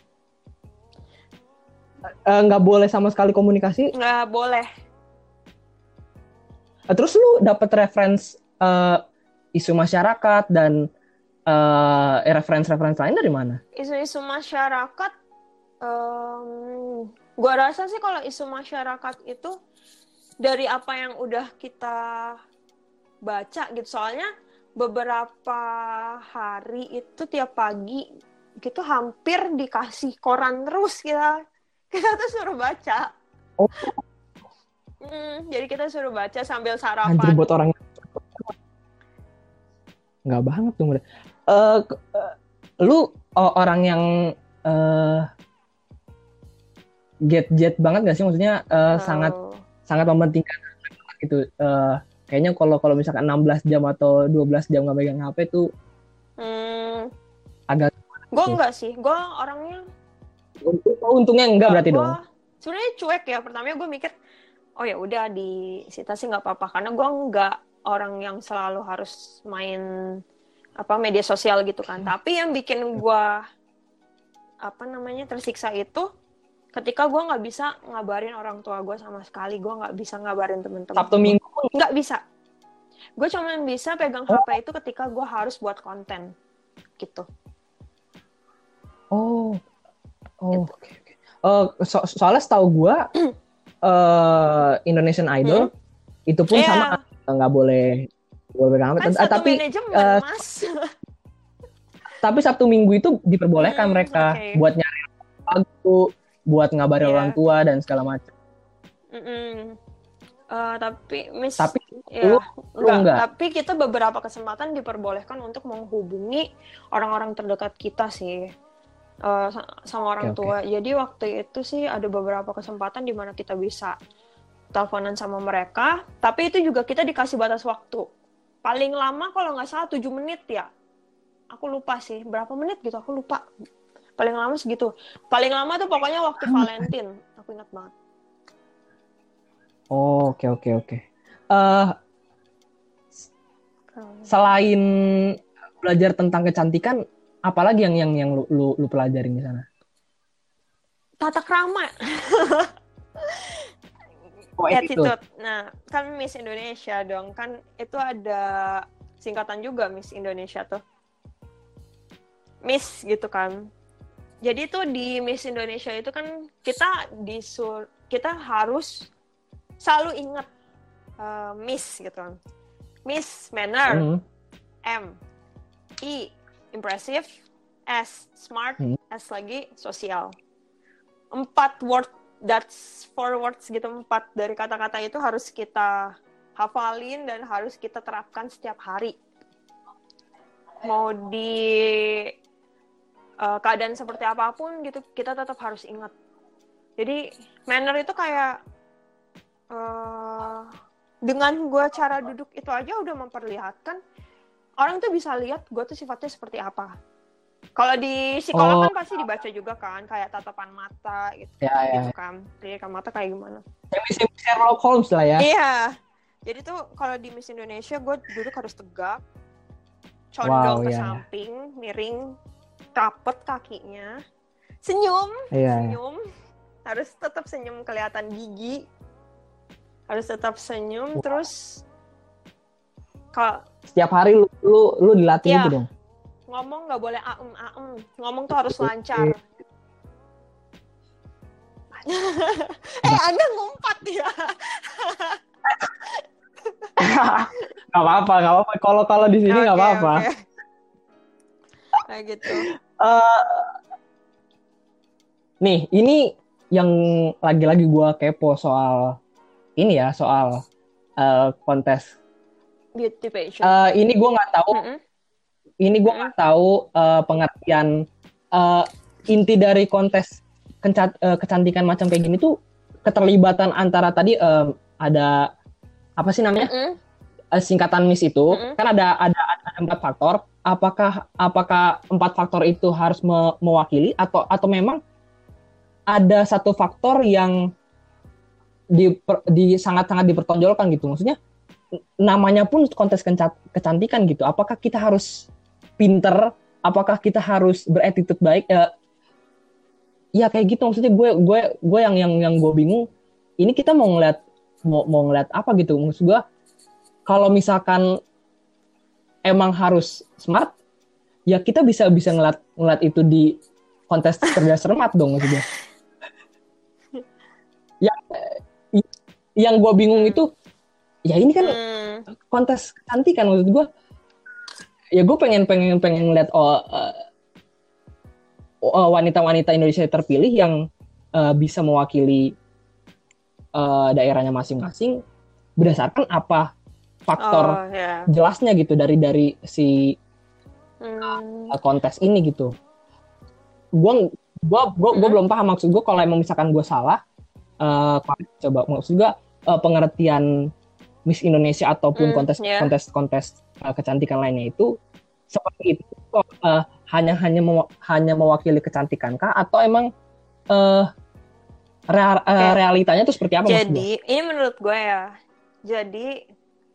Nggak uh, boleh sama sekali komunikasi? Nggak boleh. Uh, terus lu dapat reference uh, isu masyarakat dan uh, reference-reference lain dari mana? Isu-isu masyarakat, um, gue rasa sih kalau isu masyarakat itu dari apa yang udah kita baca gitu. Soalnya beberapa hari itu tiap pagi gitu hampir dikasih koran terus kita. Kita tuh suruh baca. Oh. Hmm, jadi kita suruh baca sambil sarapan. Anjir, buat orang nggak banget tuh. Uh, uh, lu oh, orang yang uh, get-jet banget gak sih? Maksudnya uh, oh. sangat sangat mementingkan gitu. Uh, kayaknya kalau kalau misalkan enam belas jam atau dua belas jam nggak megang H P tuh hmm. agak. Gue enggak sih. Gue orangnya. Untungnya enggak berarti gua, dong. Sebenarnya cuek ya. Pertamanya gue mikir, oh ya udah di Sita sih nggak apa-apa. Karena gue enggak orang yang selalu harus main apa media sosial gitu kan. Tapi yang bikin gue apa namanya tersiksa itu ketika gue nggak bisa ngabarin orang tua gue sama sekali. Gue nggak bisa ngabarin temen-temen. Sabtu Minggu nggak bisa. Gue cuma bisa pegang H P itu ketika gue harus buat konten gitu. Oh, oh, oke okay, oke. Okay. Uh, so, soalnya setahu gue uh, Indonesian Idol hmm? itu pun yeah. sama nggak boleh. Boleh kan uh, tapi uh, tapi Sabtu Minggu itu diperbolehkan hmm, mereka okay. buat nyari lagu, buat ngabarin yeah. orang tua dan segala macam. Uh, tapi mis tapi ya, lu, lu enggak. enggak. Tapi kita beberapa kesempatan diperbolehkan untuk menghubungi orang-orang terdekat kita sih uh, sama orang okay, tua. Okay. Jadi waktu itu sih ada beberapa kesempatan di mana kita bisa teleponan sama mereka. Tapi itu juga kita dikasih batas waktu. Paling lama kalau nggak salah tujuh menit ya. Aku lupa sih. Berapa menit gitu, aku lupa. Paling lama segitu. Paling lama tuh pokoknya waktu Valentine. Aku ingat banget. Oh, oke, oke, oke. Uh, selain belajar tentang kecantikan, apalagi yang yang yang lu, lu, lu pelajarin di sana? Tata krama. Oh, attitude. Nah, kan Miss Indonesia dong. Kan itu ada singkatan juga Miss Indonesia tuh. Miss gitu kan. Jadi tuh di Miss Indonesia itu kan kita disur kita harus selalu ingat uh, Miss gitu kan. Miss manner, mm-hmm. M I impressive, S smart, mm-hmm. S lagi sosial. Empat word that's four words gitu, empat dari kata-kata itu harus kita hafalin dan harus kita terapkan setiap hari. Mau di uh, keadaan seperti apapun gitu, kita tetap harus ingat. Jadi manner itu kayak uh, dengan gue cara duduk itu aja udah memperlihatkan orang tuh bisa lihat gue tuh sifatnya seperti apa. Kalau di psikolog oh. kan pasti dibaca juga kan, kayak tatapan mata gitu, ya, ya. gitu kan, pendidikan mata kayak gimana? Kayak Sherlock Holmes lah ya. Iya, jadi tuh kalau di Miss Indonesia gue duduk harus tegak, condong wow, ke ya. samping, miring, rapet kakinya, senyum, ya, senyum, ya. harus tetap senyum kelihatan gigi, harus tetap senyum, wow. terus kalau setiap hari lu lu lu dilatih ya. itu dong. Ngomong nggak boleh aem aem, ngomong tuh harus lancar. eh Anda ngumpat ya? Gak apa-apa, gak apa-apa. Kalau kalau di sini nggak okay, apa-apa. Okay. Kayak gitu. Uh, nih, ini yang lagi-lagi gue kepo soal ini ya, soal uh, kontes beauty pageant. Uh, ini gue nggak tahu. Mm-hmm. Ini gue nggak tahu uh, pengertian uh, inti dari kontes kencat, uh, kecantikan macam kayak gini tuh keterlibatan antara tadi uh, ada apa sih namanya mm-hmm. uh, singkatan Miss itu mm-hmm. kan ada, ada ada empat faktor. Apakah apakah empat faktor itu harus me- mewakili atau atau memang ada satu faktor yang di, di sangat-sangat dipertonjolkan gitu, maksudnya namanya pun kontes kencat, kecantikan gitu. Apakah kita harus pinter, apakah kita harus beretitude baik, ya, ya kayak gitu maksudnya. Gue gue gue yang yang yang gue bingung, ini kita mau ngeliat mau mau ngeliat apa gitu. Maksud gue kalau misalkan emang harus smart, ya kita bisa bisa ngeliat ngeliat itu di kontes kerja cermat dong maksudnya. Yang yang gue bingung itu, ya ini kan hmm. kontes kecantikan maksud gue. Ya gue pengen pengen pengen lihat oh uh, uh, wanita-wanita Indonesia terpilih yang uh, bisa mewakili uh, daerahnya masing-masing berdasarkan apa faktor oh, yeah. jelasnya gitu dari dari si hmm. uh, kontes ini gitu. Gue gue gue hmm. belum paham maksud gue kalau emang misalkan gue salah, uh, coba maksud gue uh, pengertian Miss Indonesia ataupun hmm, kontes yeah. kontes kontes uh, kecantikan lainnya itu seperti itu uh, hanya hanya mew- hanya mewakili kecantikan kah atau emang uh, rea- uh, okay. realitanya itu seperti apa? Jadi ini menurut gue ya. Jadi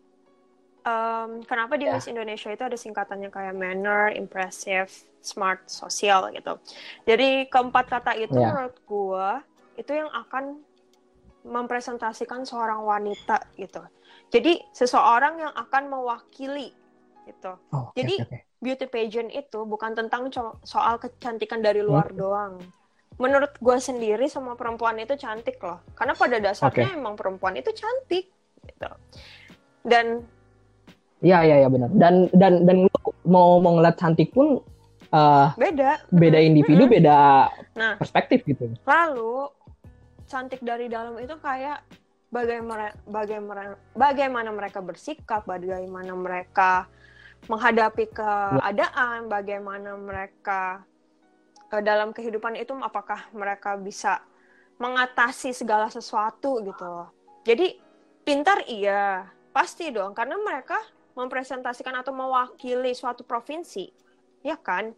um, kenapa di yeah. Miss Indonesia itu ada singkatannya kayak manner, impressive, smart, sosial gitu. Jadi keempat kata itu yeah. menurut gue itu yang akan mempresentasikan seorang wanita gitu. Jadi seseorang yang akan mewakili gitu. Oh, okay, Jadi okay. beauty pageant itu bukan tentang co- soal kecantikan dari luar okay. doang. Menurut gue sendiri semua perempuan itu cantik loh. Karena pada dasarnya okay. emang perempuan itu cantik gitu. Dan Iya iya ya benar. Dan dan dan mau mau ngeliat cantik pun uh, beda. Beda individu, mm-hmm. beda nah, perspektif gitu. Lalu cantik dari dalam itu kayak bagaimana bagaimana bagaimana mereka bersikap, bagaimana mereka menghadapi keadaan, bagaimana mereka uh, dalam kehidupan itu apakah mereka bisa mengatasi segala sesuatu gitu. Jadi pintar iya, pasti dong karena mereka mempresentasikan atau mewakili suatu provinsi, ya kan?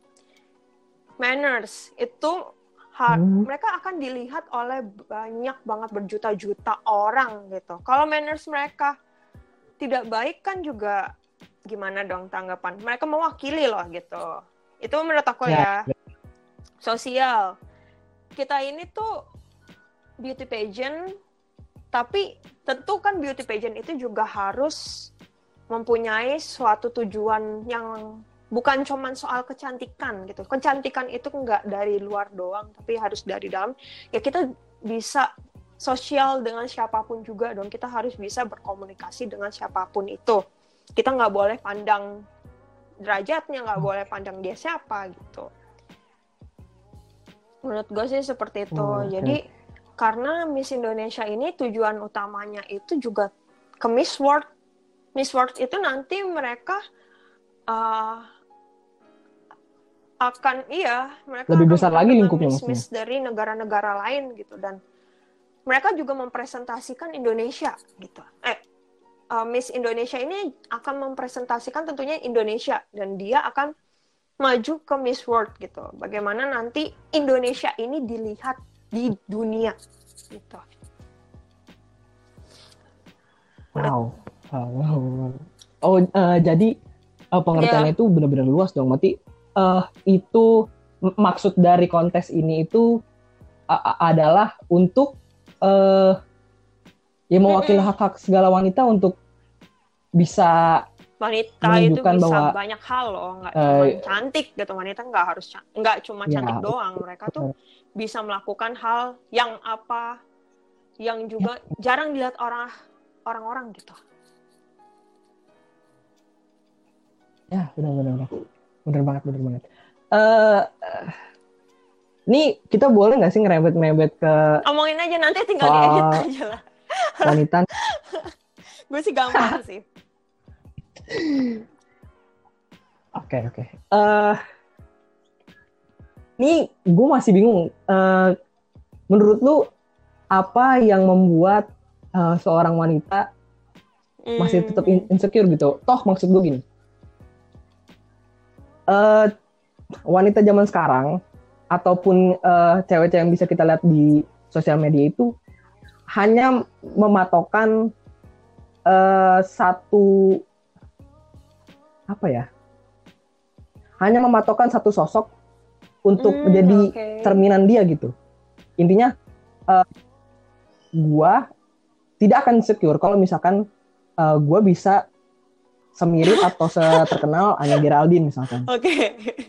Manners itu ha- hmm. mereka akan dilihat oleh banyak banget berjuta-juta orang gitu. Kalau manners mereka tidak baik kan juga gimana dong tanggapan? Mereka mewakili loh gitu. Itu menurut aku ya. ya. Sosial. Kita ini tuh beauty pageant, tapi tentu kan beauty pageant itu juga harus mempunyai suatu tujuan yang bukan cuma soal kecantikan gitu. Kecantikan itu enggak dari luar doang, tapi harus dari dalam. Ya kita bisa sosial dengan siapapun juga dong. Kita harus bisa berkomunikasi dengan siapapun itu. Kita nggak boleh pandang derajatnya, nggak boleh pandang dia siapa gitu. Menurut gue sih seperti itu. Oh, okay. Jadi karena Miss Indonesia ini tujuan utamanya itu juga ke Miss World. Miss World itu nanti mereka uh, akan iya mereka lebih akan besar lagi lingkupnya Miss, Miss dari negara-negara lain gitu dan mereka juga mempresentasikan Indonesia gitu. Eh uh, Miss Indonesia ini akan mempresentasikan tentunya Indonesia dan dia akan maju ke Miss World gitu. Bagaimana nanti Indonesia ini dilihat di dunia gitu. Wow. Oh, wow. oh uh, jadi uh, pengertiannya yeah. itu benar-benar luas dong. Berarti uh, itu m- maksud dari kontes ini itu uh, adalah untuk uh, ya mewakili mm-hmm. hak-hak segala wanita untuk bisa wanita itu bisa bahwa, banyak hal loh, nggak uh, cuma cantik gitu. Wanita nggak harus nggak cuma ya, cantik doang. Mereka tuh bisa melakukan hal yang apa yang juga ya. jarang dilihat orang orang-orang gitu. Ya, benar-benar, benar banget, benar banget. Uh, nih kita boleh nggak sih ngerebet-mebet ke? Omongin aja nanti tinggal diedit aja lah. Wanita. Gue sih gampang sih. Oke oke. Uh, nih gue masih bingung. Uh, menurut lu apa yang membuat uh, seorang wanita mm. masih tetap insecure gitu? Toh maksud gue gini. Uh, wanita zaman sekarang ataupun uh, cewek-cewek yang bisa kita lihat di sosial media itu hanya mematokkan uh, satu apa ya? Hanya mematokkan satu sosok untuk mm, menjadi okay. cerminan dia gitu. Intinya, uh, gua tidak akan insecure kalau misalkan uh, gua bisa semirip atau seterkenal Anya Geraldine misalkan. Oke. Okay.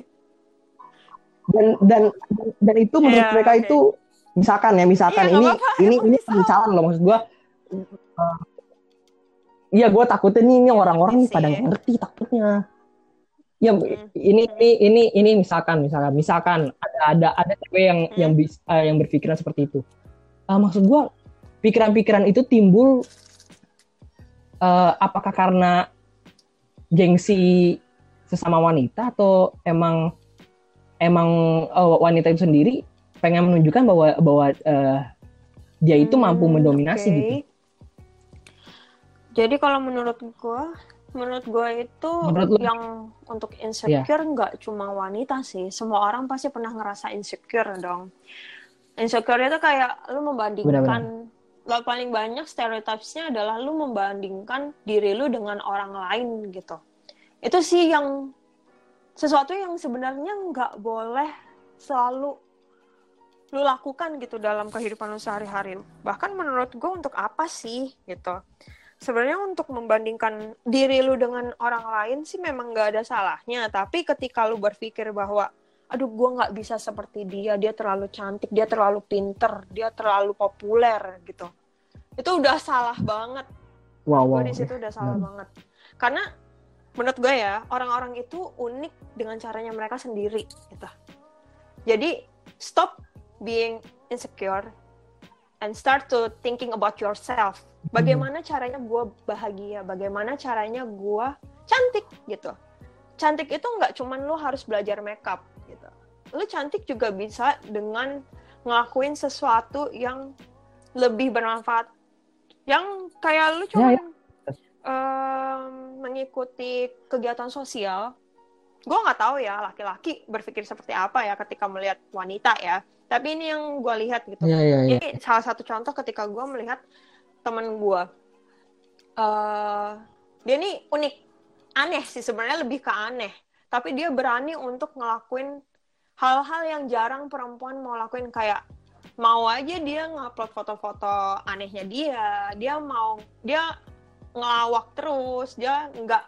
Dan dan dan itu menurut yeah, mereka okay. itu misalkan ya misalkan yeah, ini ini ini pembicaraan loh maksud gue. Iya uh, gue takutnya nih ini orang-orang nih pada nggak ngerti takutnya. Ya ini ini ini ini misalkan misalkan misalkan ada ada ada cewek yang hmm. yang bis, uh, yang berpikiran seperti itu. Uh, maksud gue pikiran-pikiran itu timbul uh, apakah karena gengsi sesama wanita atau emang emang uh, wanita itu sendiri pengen menunjukkan bahwa bahwa uh, dia itu hmm, mampu mendominasi okay. gitu. Jadi kalau menurut gue Menurut gue itu Menurut yang lo? Untuk insecure nggak yeah. cuma wanita sih. Semua orang pasti pernah ngerasa insecure dong. Insecure itu kayak lu membandingkan. Lo paling banyak stereotipsnya adalah lu membandingkan diri lu dengan orang lain gitu. Itu sih yang sesuatu yang sebenarnya nggak boleh selalu lu lakukan gitu dalam kehidupan lu sehari-hari. Bahkan menurut gue untuk apa sih gitu. Sebenarnya untuk membandingkan diri lu dengan orang lain sih memang gak ada salahnya. Tapi ketika lu berpikir bahwa, aduh gue gak bisa seperti dia, dia terlalu cantik, dia terlalu pinter, dia terlalu populer gitu. Itu udah salah banget. Wow, wow. Gue di situ udah salah hmm. banget. Karena menurut gue ya, orang-orang itu unik dengan caranya mereka sendiri gitu. Jadi stop being insecure and start to thinking about yourself. Bagaimana caranya gue bahagia, bagaimana caranya gue cantik gitu. Cantik itu nggak cuman lu harus belajar makeup gitu. Lu cantik juga bisa dengan ngelakuin sesuatu yang lebih bermanfaat. Yang kayak lu cuma ya, ya. Um, mengikuti kegiatan sosial. Gue nggak tahu ya laki-laki berpikir seperti apa ya ketika melihat wanita ya. Tapi ini yang gue lihat gitu. Ya, ya, ya. Ini salah satu contoh ketika gue melihat temen gue, uh, dia nih unik, aneh sih sebenarnya, lebih ke aneh. Tapi dia berani untuk ngelakuin hal-hal yang jarang perempuan mau lakuin, kayak mau aja dia ngupload foto-foto anehnya dia, dia mau dia ngelawak terus, dia nggak,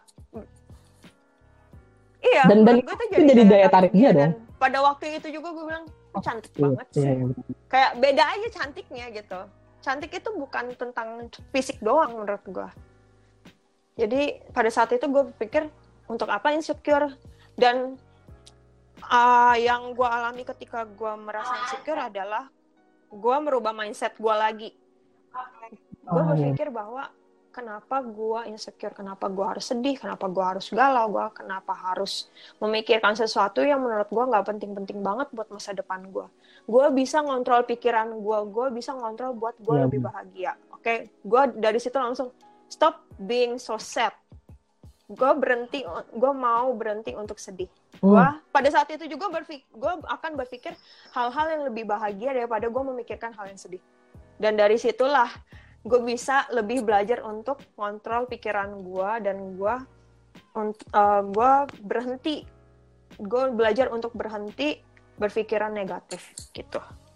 iya. Dan dan gue tuh jadi, jadi daya tarik dia, dia dong. Pada waktu itu juga gue bilang, oh, cantik iya, banget sih, iya, iya. Kayak beda aja cantiknya gitu. Cantik itu bukan tentang fisik doang menurut gue. Jadi pada saat itu gue pikir untuk apa insecure. Dan uh, yang gue alami ketika gue merasa insecure adalah gue merubah mindset gue lagi. Gue berpikir bahwa kenapa gue insecure, kenapa gue harus sedih, kenapa gue harus galau, gue kenapa harus memikirkan sesuatu yang menurut gue gak penting-penting banget buat masa depan gue. Gue bisa ngontrol pikiran gue, gue bisa ngontrol buat gue ya, lebih bahagia. Oke, okay? Gue dari situ langsung stop being so sad. Gue berhenti, gue mau berhenti untuk sedih. Hmm. Gue pada saat itu juga berpikir, gue akan berpikir hal-hal yang lebih bahagia daripada gue memikirkan hal yang sedih. Dan dari situlah gue bisa lebih belajar untuk kontrol pikiran gue, dan gue uh, gue berhenti, gue belajar untuk berhenti berpikiran negatif gitu.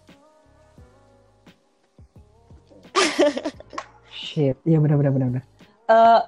Shit, iya benar-benar benar. Uh,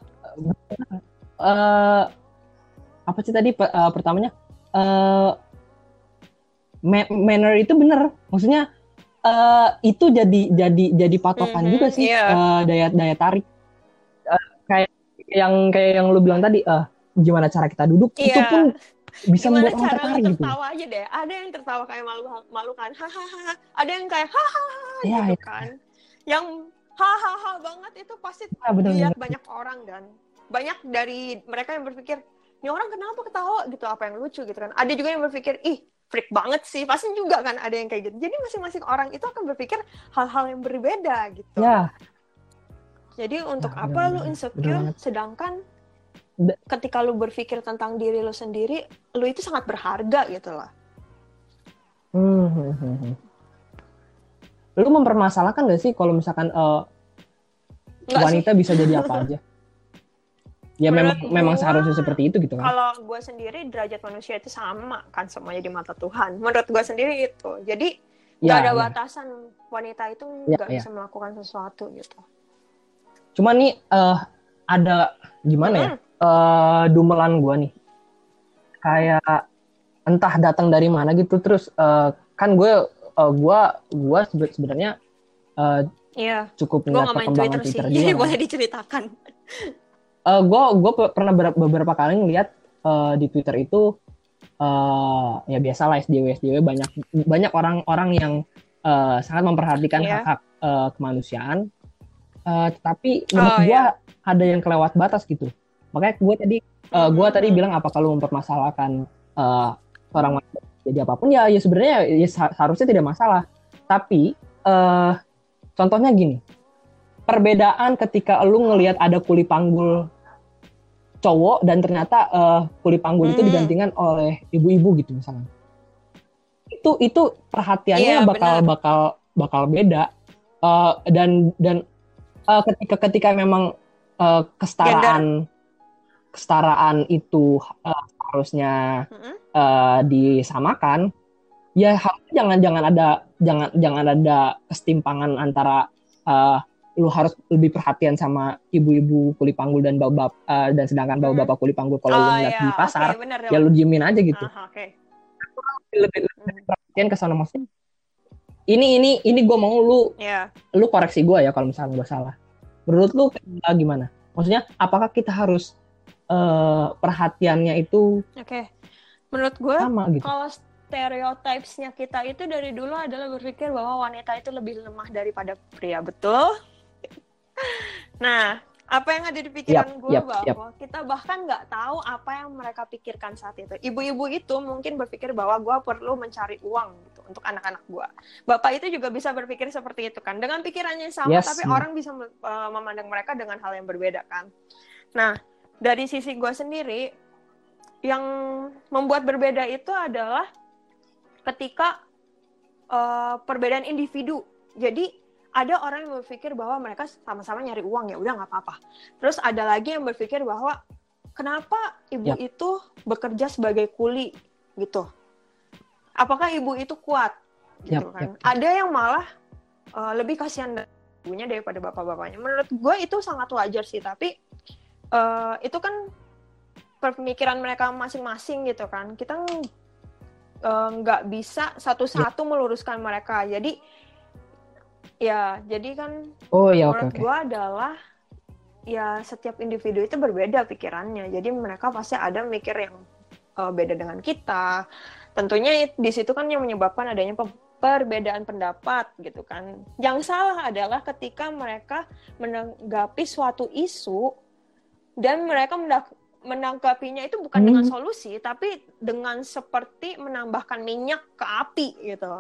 uh, apa sih tadi uh, pertamanya? Uh, ma- manner itu benar, maksudnya. Uh, itu jadi jadi jadi patokan mm-hmm, juga sih yeah. uh, daya daya tarik uh, kayak yang kayak yang lu bilang tadi uh, gimana cara kita duduk yeah. itu pun bisa gimana membuat orang tertarik gitu. Tertawa aja deh, ada yang tertawa kayak malu malu kan, hahaha, ada yang kayak hahaha yeah, gitu yeah. kan, yang hahaha banget itu pasti yeah, dilihat banyak orang, dan banyak dari mereka yang berpikir ini orang kenapa ketawa gitu, apa yang lucu gitu kan. Ada juga yang berpikir ih freak banget sih, pasti juga kan ada yang kayak gitu. Jadi masing-masing orang itu akan berpikir hal-hal yang berbeda gitu. Ya. Jadi untuk nah, apa bener, lu insecure, sedangkan D- ketika lu berpikir tentang diri lu sendiri, lu itu sangat berharga gitu lah. Hmm, hmm, hmm. Lu mempermasalahkan gak sih kalau misalkan uh, wanita sih. Bisa jadi apa aja? Ya menurut memang memang seharusnya seperti itu gitu kan. Kalau gue sendiri derajat manusia itu sama kan semuanya di mata Tuhan. Menurut gue sendiri itu. Jadi ya, gak ada ya. Batasan wanita itu ya, gak ya. Bisa melakukan sesuatu gitu. Cuma nih uh, ada gimana hmm. ya? Uh, dumelan gue nih. Kayak entah datang dari mana gitu, terus uh, kan gue uh, gue gue sebenarnya uh, iya. cukup nggak perkembangan Twitter, Twitter sih. Jadi boleh diceritakan. Uh, gue gue pernah ber- beberapa kali ngeliat uh, di Twitter itu uh, ya biasalah S J W S J W banyak banyak orang-orang yang uh, sangat memperhatikan yeah. hak-hak uh, kemanusiaan, uh, tetapi menurut oh, gue yeah. ada yang kelewat batas gitu. Makanya gue tadi uh, gue mm-hmm. tadi bilang apa kalau mempermasalahkan uh, orang jadi apapun ya ya sebenarnya ya seharusnya tidak masalah. Tapi uh, contohnya gini, perbedaan ketika lu ngelihat ada kuli panggul cowok dan ternyata uh, kuli panggul mm-hmm. itu digantikan oleh ibu-ibu gitu misalnya. Itu itu perhatiannya yeah, bakal benar. bakal bakal beda uh, dan dan uh, ketika ketika memang uh, kesetaraan Gender. kesetaraan itu uh, harusnya mm-hmm. uh, disamakan, ya jangan jangan ada jangan jangan ada kesetimpangan antara uh, lu harus lebih perhatian sama ibu-ibu kuli panggul dan bapak uh, dan sedangkan bapak-bapak kuli panggul kalau oh, lu ngeliat iya. di pasar okay, bener, ya lu diemin aja gitu. Uh, okay. lebih, lebih perhatian ke sana maksudnya. Ini ini ini gue mau lu yeah. lu koreksi gue ya kalau misalnya gue salah. Menurut lu gimana? Maksudnya apakah kita harus Uh, perhatiannya itu oke okay. Menurut gue gitu. Kalau stereotipesnya kita itu dari dulu adalah berpikir bahwa wanita itu lebih lemah daripada pria, betul? Nah, apa yang ada di pikiran yep, gue yep, bahwa yep. kita bahkan nggak tahu apa yang mereka pikirkan saat itu. Ibu-ibu itu mungkin berpikir bahwa gue perlu mencari uang gitu untuk anak-anak gue. Bapak itu juga bisa berpikir seperti itu kan, dengan pikirannya sama, yes, tapi yeah. orang bisa uh, memandang mereka dengan hal yang berbeda kan. Nah, dari sisi gue sendiri, yang membuat berbeda itu adalah ketika uh, perbedaan individu. Jadi ada orang yang berpikir bahwa mereka sama-sama nyari uang, ya udah nggak apa-apa. Terus ada lagi yang berpikir bahwa kenapa ibu ya. itu bekerja sebagai kuli gitu? Apakah ibu itu kuat? Gitu ya, kan? Ya. Ada yang malah uh, lebih kasihan ibunya daripada bapak-bapaknya. Menurut gue itu sangat wajar sih, tapi Uh, itu kan pemikiran mereka masing-masing gitu kan. Kita nggak uh, bisa satu-satu meluruskan mereka. Jadi ya, jadi kan oh, ya, menurut okay, gue okay. adalah ya setiap individu itu berbeda pikirannya. Jadi mereka pasti ada mikir yang uh, beda dengan kita. Tentunya di situ kan yang menyebabkan adanya perbedaan pendapat gitu kan. Yang salah adalah ketika mereka menanggapi suatu isu dan mereka menanggapinya itu bukan hmm. dengan solusi, tapi dengan seperti menambahkan minyak ke api gitu.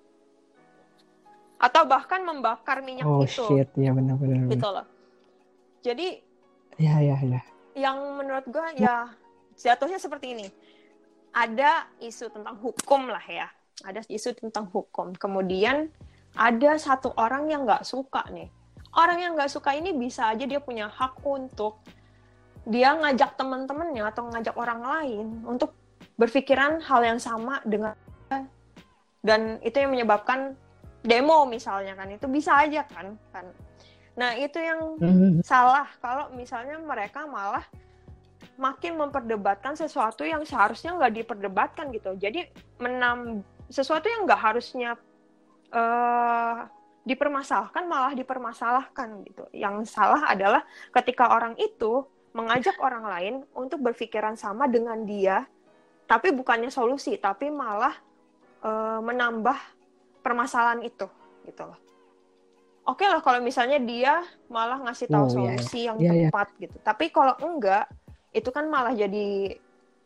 Atau bahkan membakar minyak oh, itu. Oh shit, ya benar-benar. Gitu loh. Jadi, ya, ya, ya. yang menurut gue ya jatuhnya seperti ini. Ada isu tentang hukum lah ya. Ada isu tentang hukum. Kemudian ada satu orang yang nggak suka nih. Orang yang nggak suka ini bisa aja dia punya hak untuk dia ngajak teman-temannya atau ngajak orang lain untuk berpikiran hal yang sama dengan dia. Dan itu yang menyebabkan demo misalnya kan, itu bisa aja kan kan. Nah, itu yang mm-hmm. salah kalau misalnya mereka malah makin memperdebatkan sesuatu yang seharusnya nggak diperdebatkan gitu. Jadi menam sesuatu yang nggak harusnya uh, dipermasalahkan malah dipermasalahkan gitu. Yang salah adalah ketika orang itu mengajak orang lain untuk berpikiran sama dengan dia, tapi bukannya solusi, tapi malah uh, menambah permasalahan itu, gitu loh. Oke lah kalau misalnya dia malah ngasih tahu oh, solusi yeah. yang yeah, tepat yeah. gitu. Tapi kalau enggak, itu kan malah jadi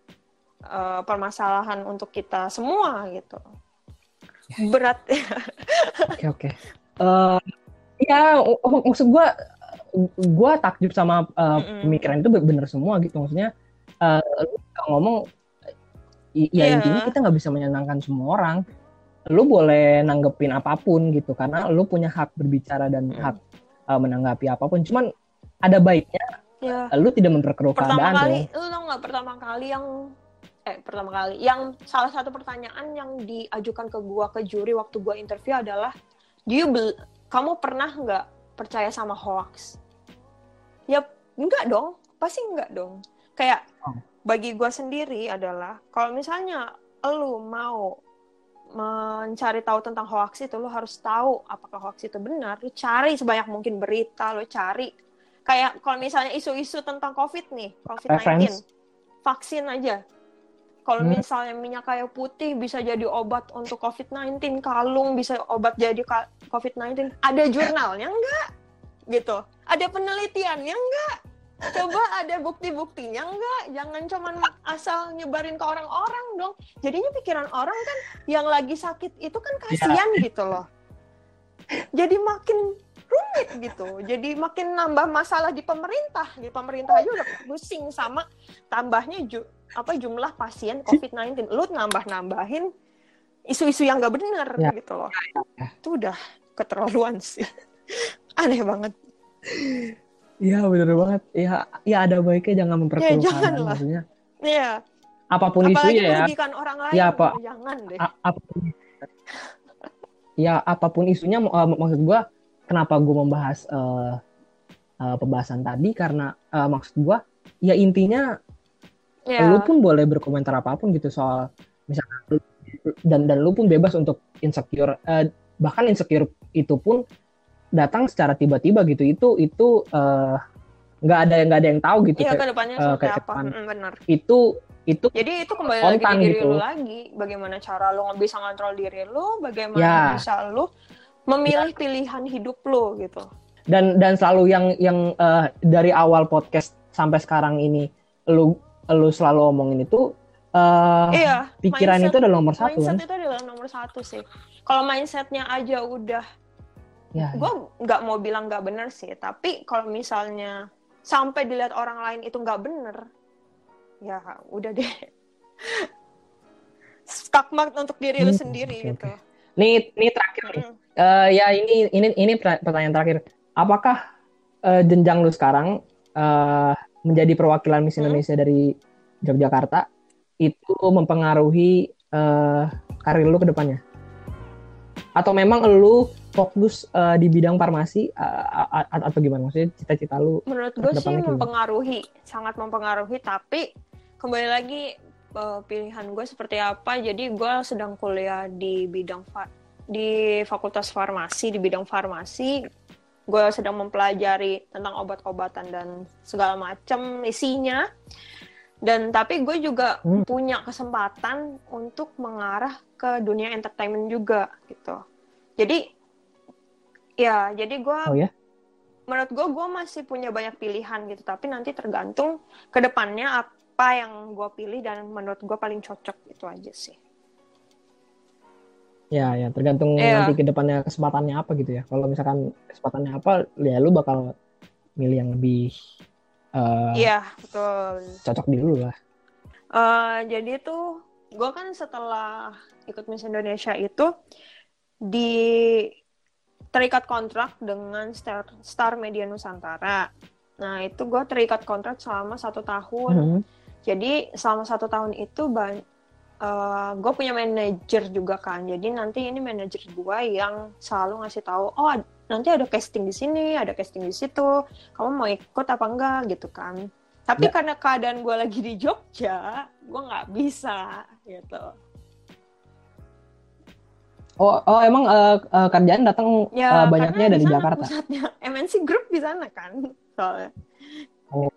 uh, permasalahan untuk kita semua gitu. Yeah. Berat. Oke oke. Uh, ya maksud gue gue takjub sama uh, pemikiran itu benar semua gitu, maksudnya uh, lu ngomong ya yeah. intinya kita nggak bisa menyenangkan semua orang, lu boleh nanggepin apapun gitu karena lu punya hak berbicara dan mm. hak uh, menanggapi apapun, cuman ada baiknya yeah. lu tidak memperkeruh pertama keadaan kali tuh. Lu tau nggak pertama kali yang eh pertama kali yang salah satu pertanyaan yang diajukan ke gua ke juri waktu gua interview adalah, do you be- kamu pernah nggak percaya sama hoax? Ya enggak dong, pasti enggak dong. Kayak oh. bagi gue sendiri adalah kalau misalnya lu mau mencari tahu tentang hoax itu, lu harus tahu apakah hoax itu benar. Lu cari sebanyak mungkin berita, lu cari. Kayak kalau misalnya isu-isu tentang COVID nih, covid sembilan belas. Reference. vaksin aja. Kalau Hmm. misalnya minyak kayu putih bisa jadi obat untuk covid sembilan belas, kalung bisa obat jadi covid sembilan belas, ada jurnalnya enggak? Gitu. Ada penelitiannya enggak? Coba ada bukti-buktinya enggak? Jangan cuman asal nyebarin ke orang-orang dong. Jadinya pikiran orang kan yang lagi sakit itu kan kasihan ya. Gitu loh. Jadi makin rumit gitu. Jadi makin nambah masalah di pemerintah. Di pemerintah aja udah pusing sama tambahnya ju- apa jumlah pasien covid sembilan belas. Lu nambah-nambahin isu-isu yang nggak benar ya. Gitu loh. Itu udah keterlaluan sih. Aneh banget. Iya benar banget. Ya, ya ada baiknya jangan memperkeruh ya, keadaan maksudnya. Iya. Apapun apalagi isunya ya. merugikan orang lain. Ya apa? Jangan deh. A- apapun. Ya apapun isunya, uh, maksud gue, kenapa gue membahas uh, uh, pembahasan tadi karena uh, maksud gue, ya intinya. Yeah. Lu pun boleh berkomentar apapun gitu soal misalnya dan dan lu pun bebas untuk insecure, uh, bahkan insecure itu pun datang secara tiba-tiba gitu. Itu itu nggak uh, ada nggak ada yang tahu gitu. Iya, kedepannya uh, seperti apa? Depan. Mm, benar. Itu itu. Jadi itu kembali lagi di diri gitu. lu lagi. Bagaimana cara lu nggak bisa ngontrol diri lu? Bagaimana ya. bisa lu memilih ya. Pilihan hidup lu gitu. Dan dan selalu yang yang uh, dari awal podcast sampai sekarang ini lu lu selalu omongin itu uh, iya, pikiran mindset, itu adalah nomor satu mindset kan? itu adalah nomor satu sih. Kalau mindsetnya aja udah, ya, gue nggak ya. mau bilang nggak benar sih, tapi kalau misalnya sampai dilihat orang lain itu nggak benar, ya udah deh, skakmat untuk diri hmm, lu sendiri okay, gitu. Okay. Nih, nih terakhir nih, hmm. uh, ya ini ini ini pertanyaan terakhir. Apakah uh, jenjang lu sekarang uh, menjadi perwakilan Miss Indonesia hmm? dari Yogyakarta itu mempengaruhi uh, karir lu ke depannya? Atau memang lu fokus uh, di bidang farmasi uh, atau gimana? Maksudnya cita-cita lu? Menurut gue sih mempengaruhi, gimana? Sangat mempengaruhi, tapi kembali lagi uh, pilihan gue seperti apa. Jadi gue sedang kuliah di bidang fa- di Fakultas Farmasi, di bidang farmasi. Gue sedang mempelajari tentang obat-obatan dan segala macam isinya. Dan tapi gue juga hmm. punya kesempatan untuk mengarah ke dunia entertainment juga gitu. Jadi ya, jadi gue oh, ya? menurut gue gue masih punya banyak pilihan gitu. Tapi nanti tergantung ke depannya apa yang gue pilih dan menurut gue paling cocok, itu aja sih. Ya, ya tergantung yeah. nanti ke depannya kesempatannya apa gitu ya. Kalau misalkan kesempatannya apa, ya lu bakal milih yang lebih uh, iya, betul. Cocok di lu lah. Uh, jadi tuh gue kan setelah ikut Miss Indonesia itu di terikat kontrak dengan Star, Star Media Nusantara. Nah itu gue terikat kontrak selama satu tahun. Mm-hmm. Jadi selama satu tahun itu banyak Uh, gue punya manajer juga kan, jadi nanti ini manajer gue yang selalu ngasih tahu, oh nanti ada casting di sini, ada casting di situ, kamu mau ikut apa enggak gitu kan. Tapi ya. Karena keadaan gue lagi di Jogja, gue nggak bisa gitu. Oh, oh emang uh, uh, kerjaan datang ya, uh, banyaknya dari Jakarta. Pusatnya M N C Group di sana kan, soalnya. Oh.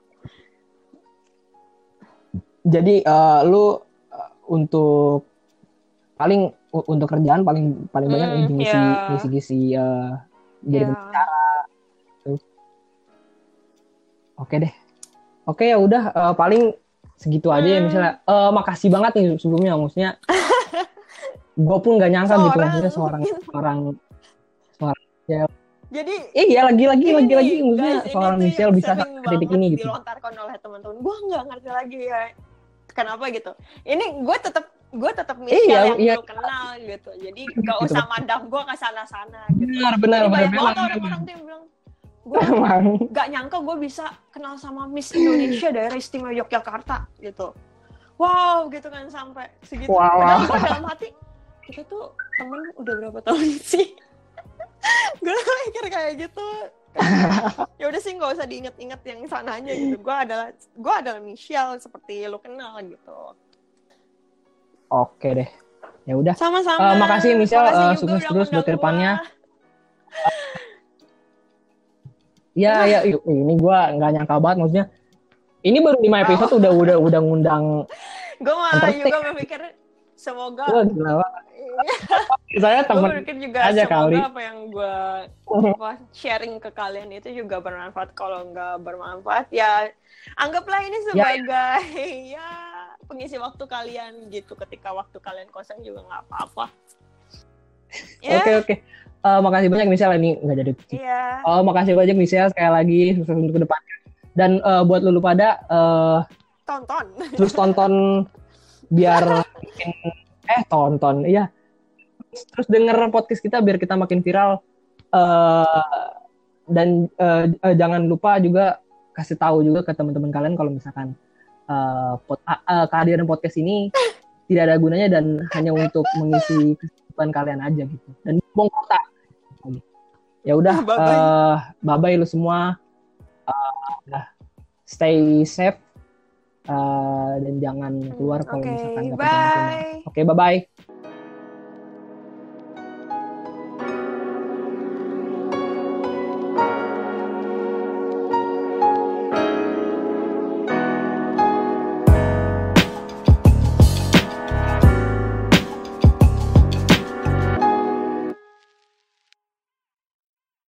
Jadi uh, lu untuk paling untuk kerjaan paling paling banyak mm, ngisi yeah. ngisi-ngisi uh, jadi yeah. pembicara. Oke deh. Oke ya udah uh, paling segitu aja mm. ya misalnya. Uh, makasih banget nih sebelumnya, maksudnya gue pun nggak nyangka seorang, gitu maksudnya seorang seorang seorang ya. Jadi iya lagi lagi lagi lagi maksudnya seorang Michelle bisa titik ini gitu. Dilontarkan oleh teman-teman. Gue nggak ngerti lagi ya. Kenapa gitu? Ini gue tetap gue tetap Michelle iya, yang iya. lu kenal gitu. Jadi nggak usah mandang gue ke sana-sana gitu. Benar benar. Jadi banyak benar, banget benar, orang-orang tuh yang bilang gue nggak nyangka gue bisa kenal sama Miss Indonesia daerah istimewa Yogyakarta gitu. Wow gitu kan sampai segitu. Wow. Padahal gue dalam hati kita tuh temen udah berapa tahun sih? Gue mikir kayak gitu. Ya udah sih nggak usah diinget-inget yang sananya gitu. Gue adalah gue adalah Michelle seperti lo kenal gitu. Oke deh, ya udah. Sama-sama. Uh, makasih Michelle, uh, sukses terus buat kedepannya. Ya ya ini gue nggak nyangka banget maksudnya Ini baru lima episode oh. udah udah udah ngundang. Gue malah juga berpikir semoga. Wah, gila. Saya temen gue berpikir juga aja semoga kali. apa yang gue apa, sharing ke kalian itu juga bermanfaat. Kalau nggak bermanfaat ya anggaplah ini sebagai ya, ya pengisi waktu kalian gitu ketika waktu kalian kosong juga nggak apa-apa. Oke ya. Oke. Okay, okay. uh, makasih banyak Michelle, ini nggak jadi. Iya. Oh makasih banyak Michelle sekali lagi sukses untuk kedepannya. Dan uh, buat lu pada uh, tonton. Terus tonton biar bikin eh tonton iya. Terus, terus denger podcast kita biar kita makin viral. Uh, dan uh, uh, jangan lupa juga kasih tahu juga ke teman-teman kalian kalau misalkan uh, pod, uh, kehadiran podcast ini tidak ada gunanya dan hanya untuk mengisi kesibukan kalian aja gitu. Dan buang kota. Ya udah, uh, bye bye lu semua. Uh, stay safe uh, dan jangan keluar kalau okay, misalkan nggak bye. Oke, okay, bye bye.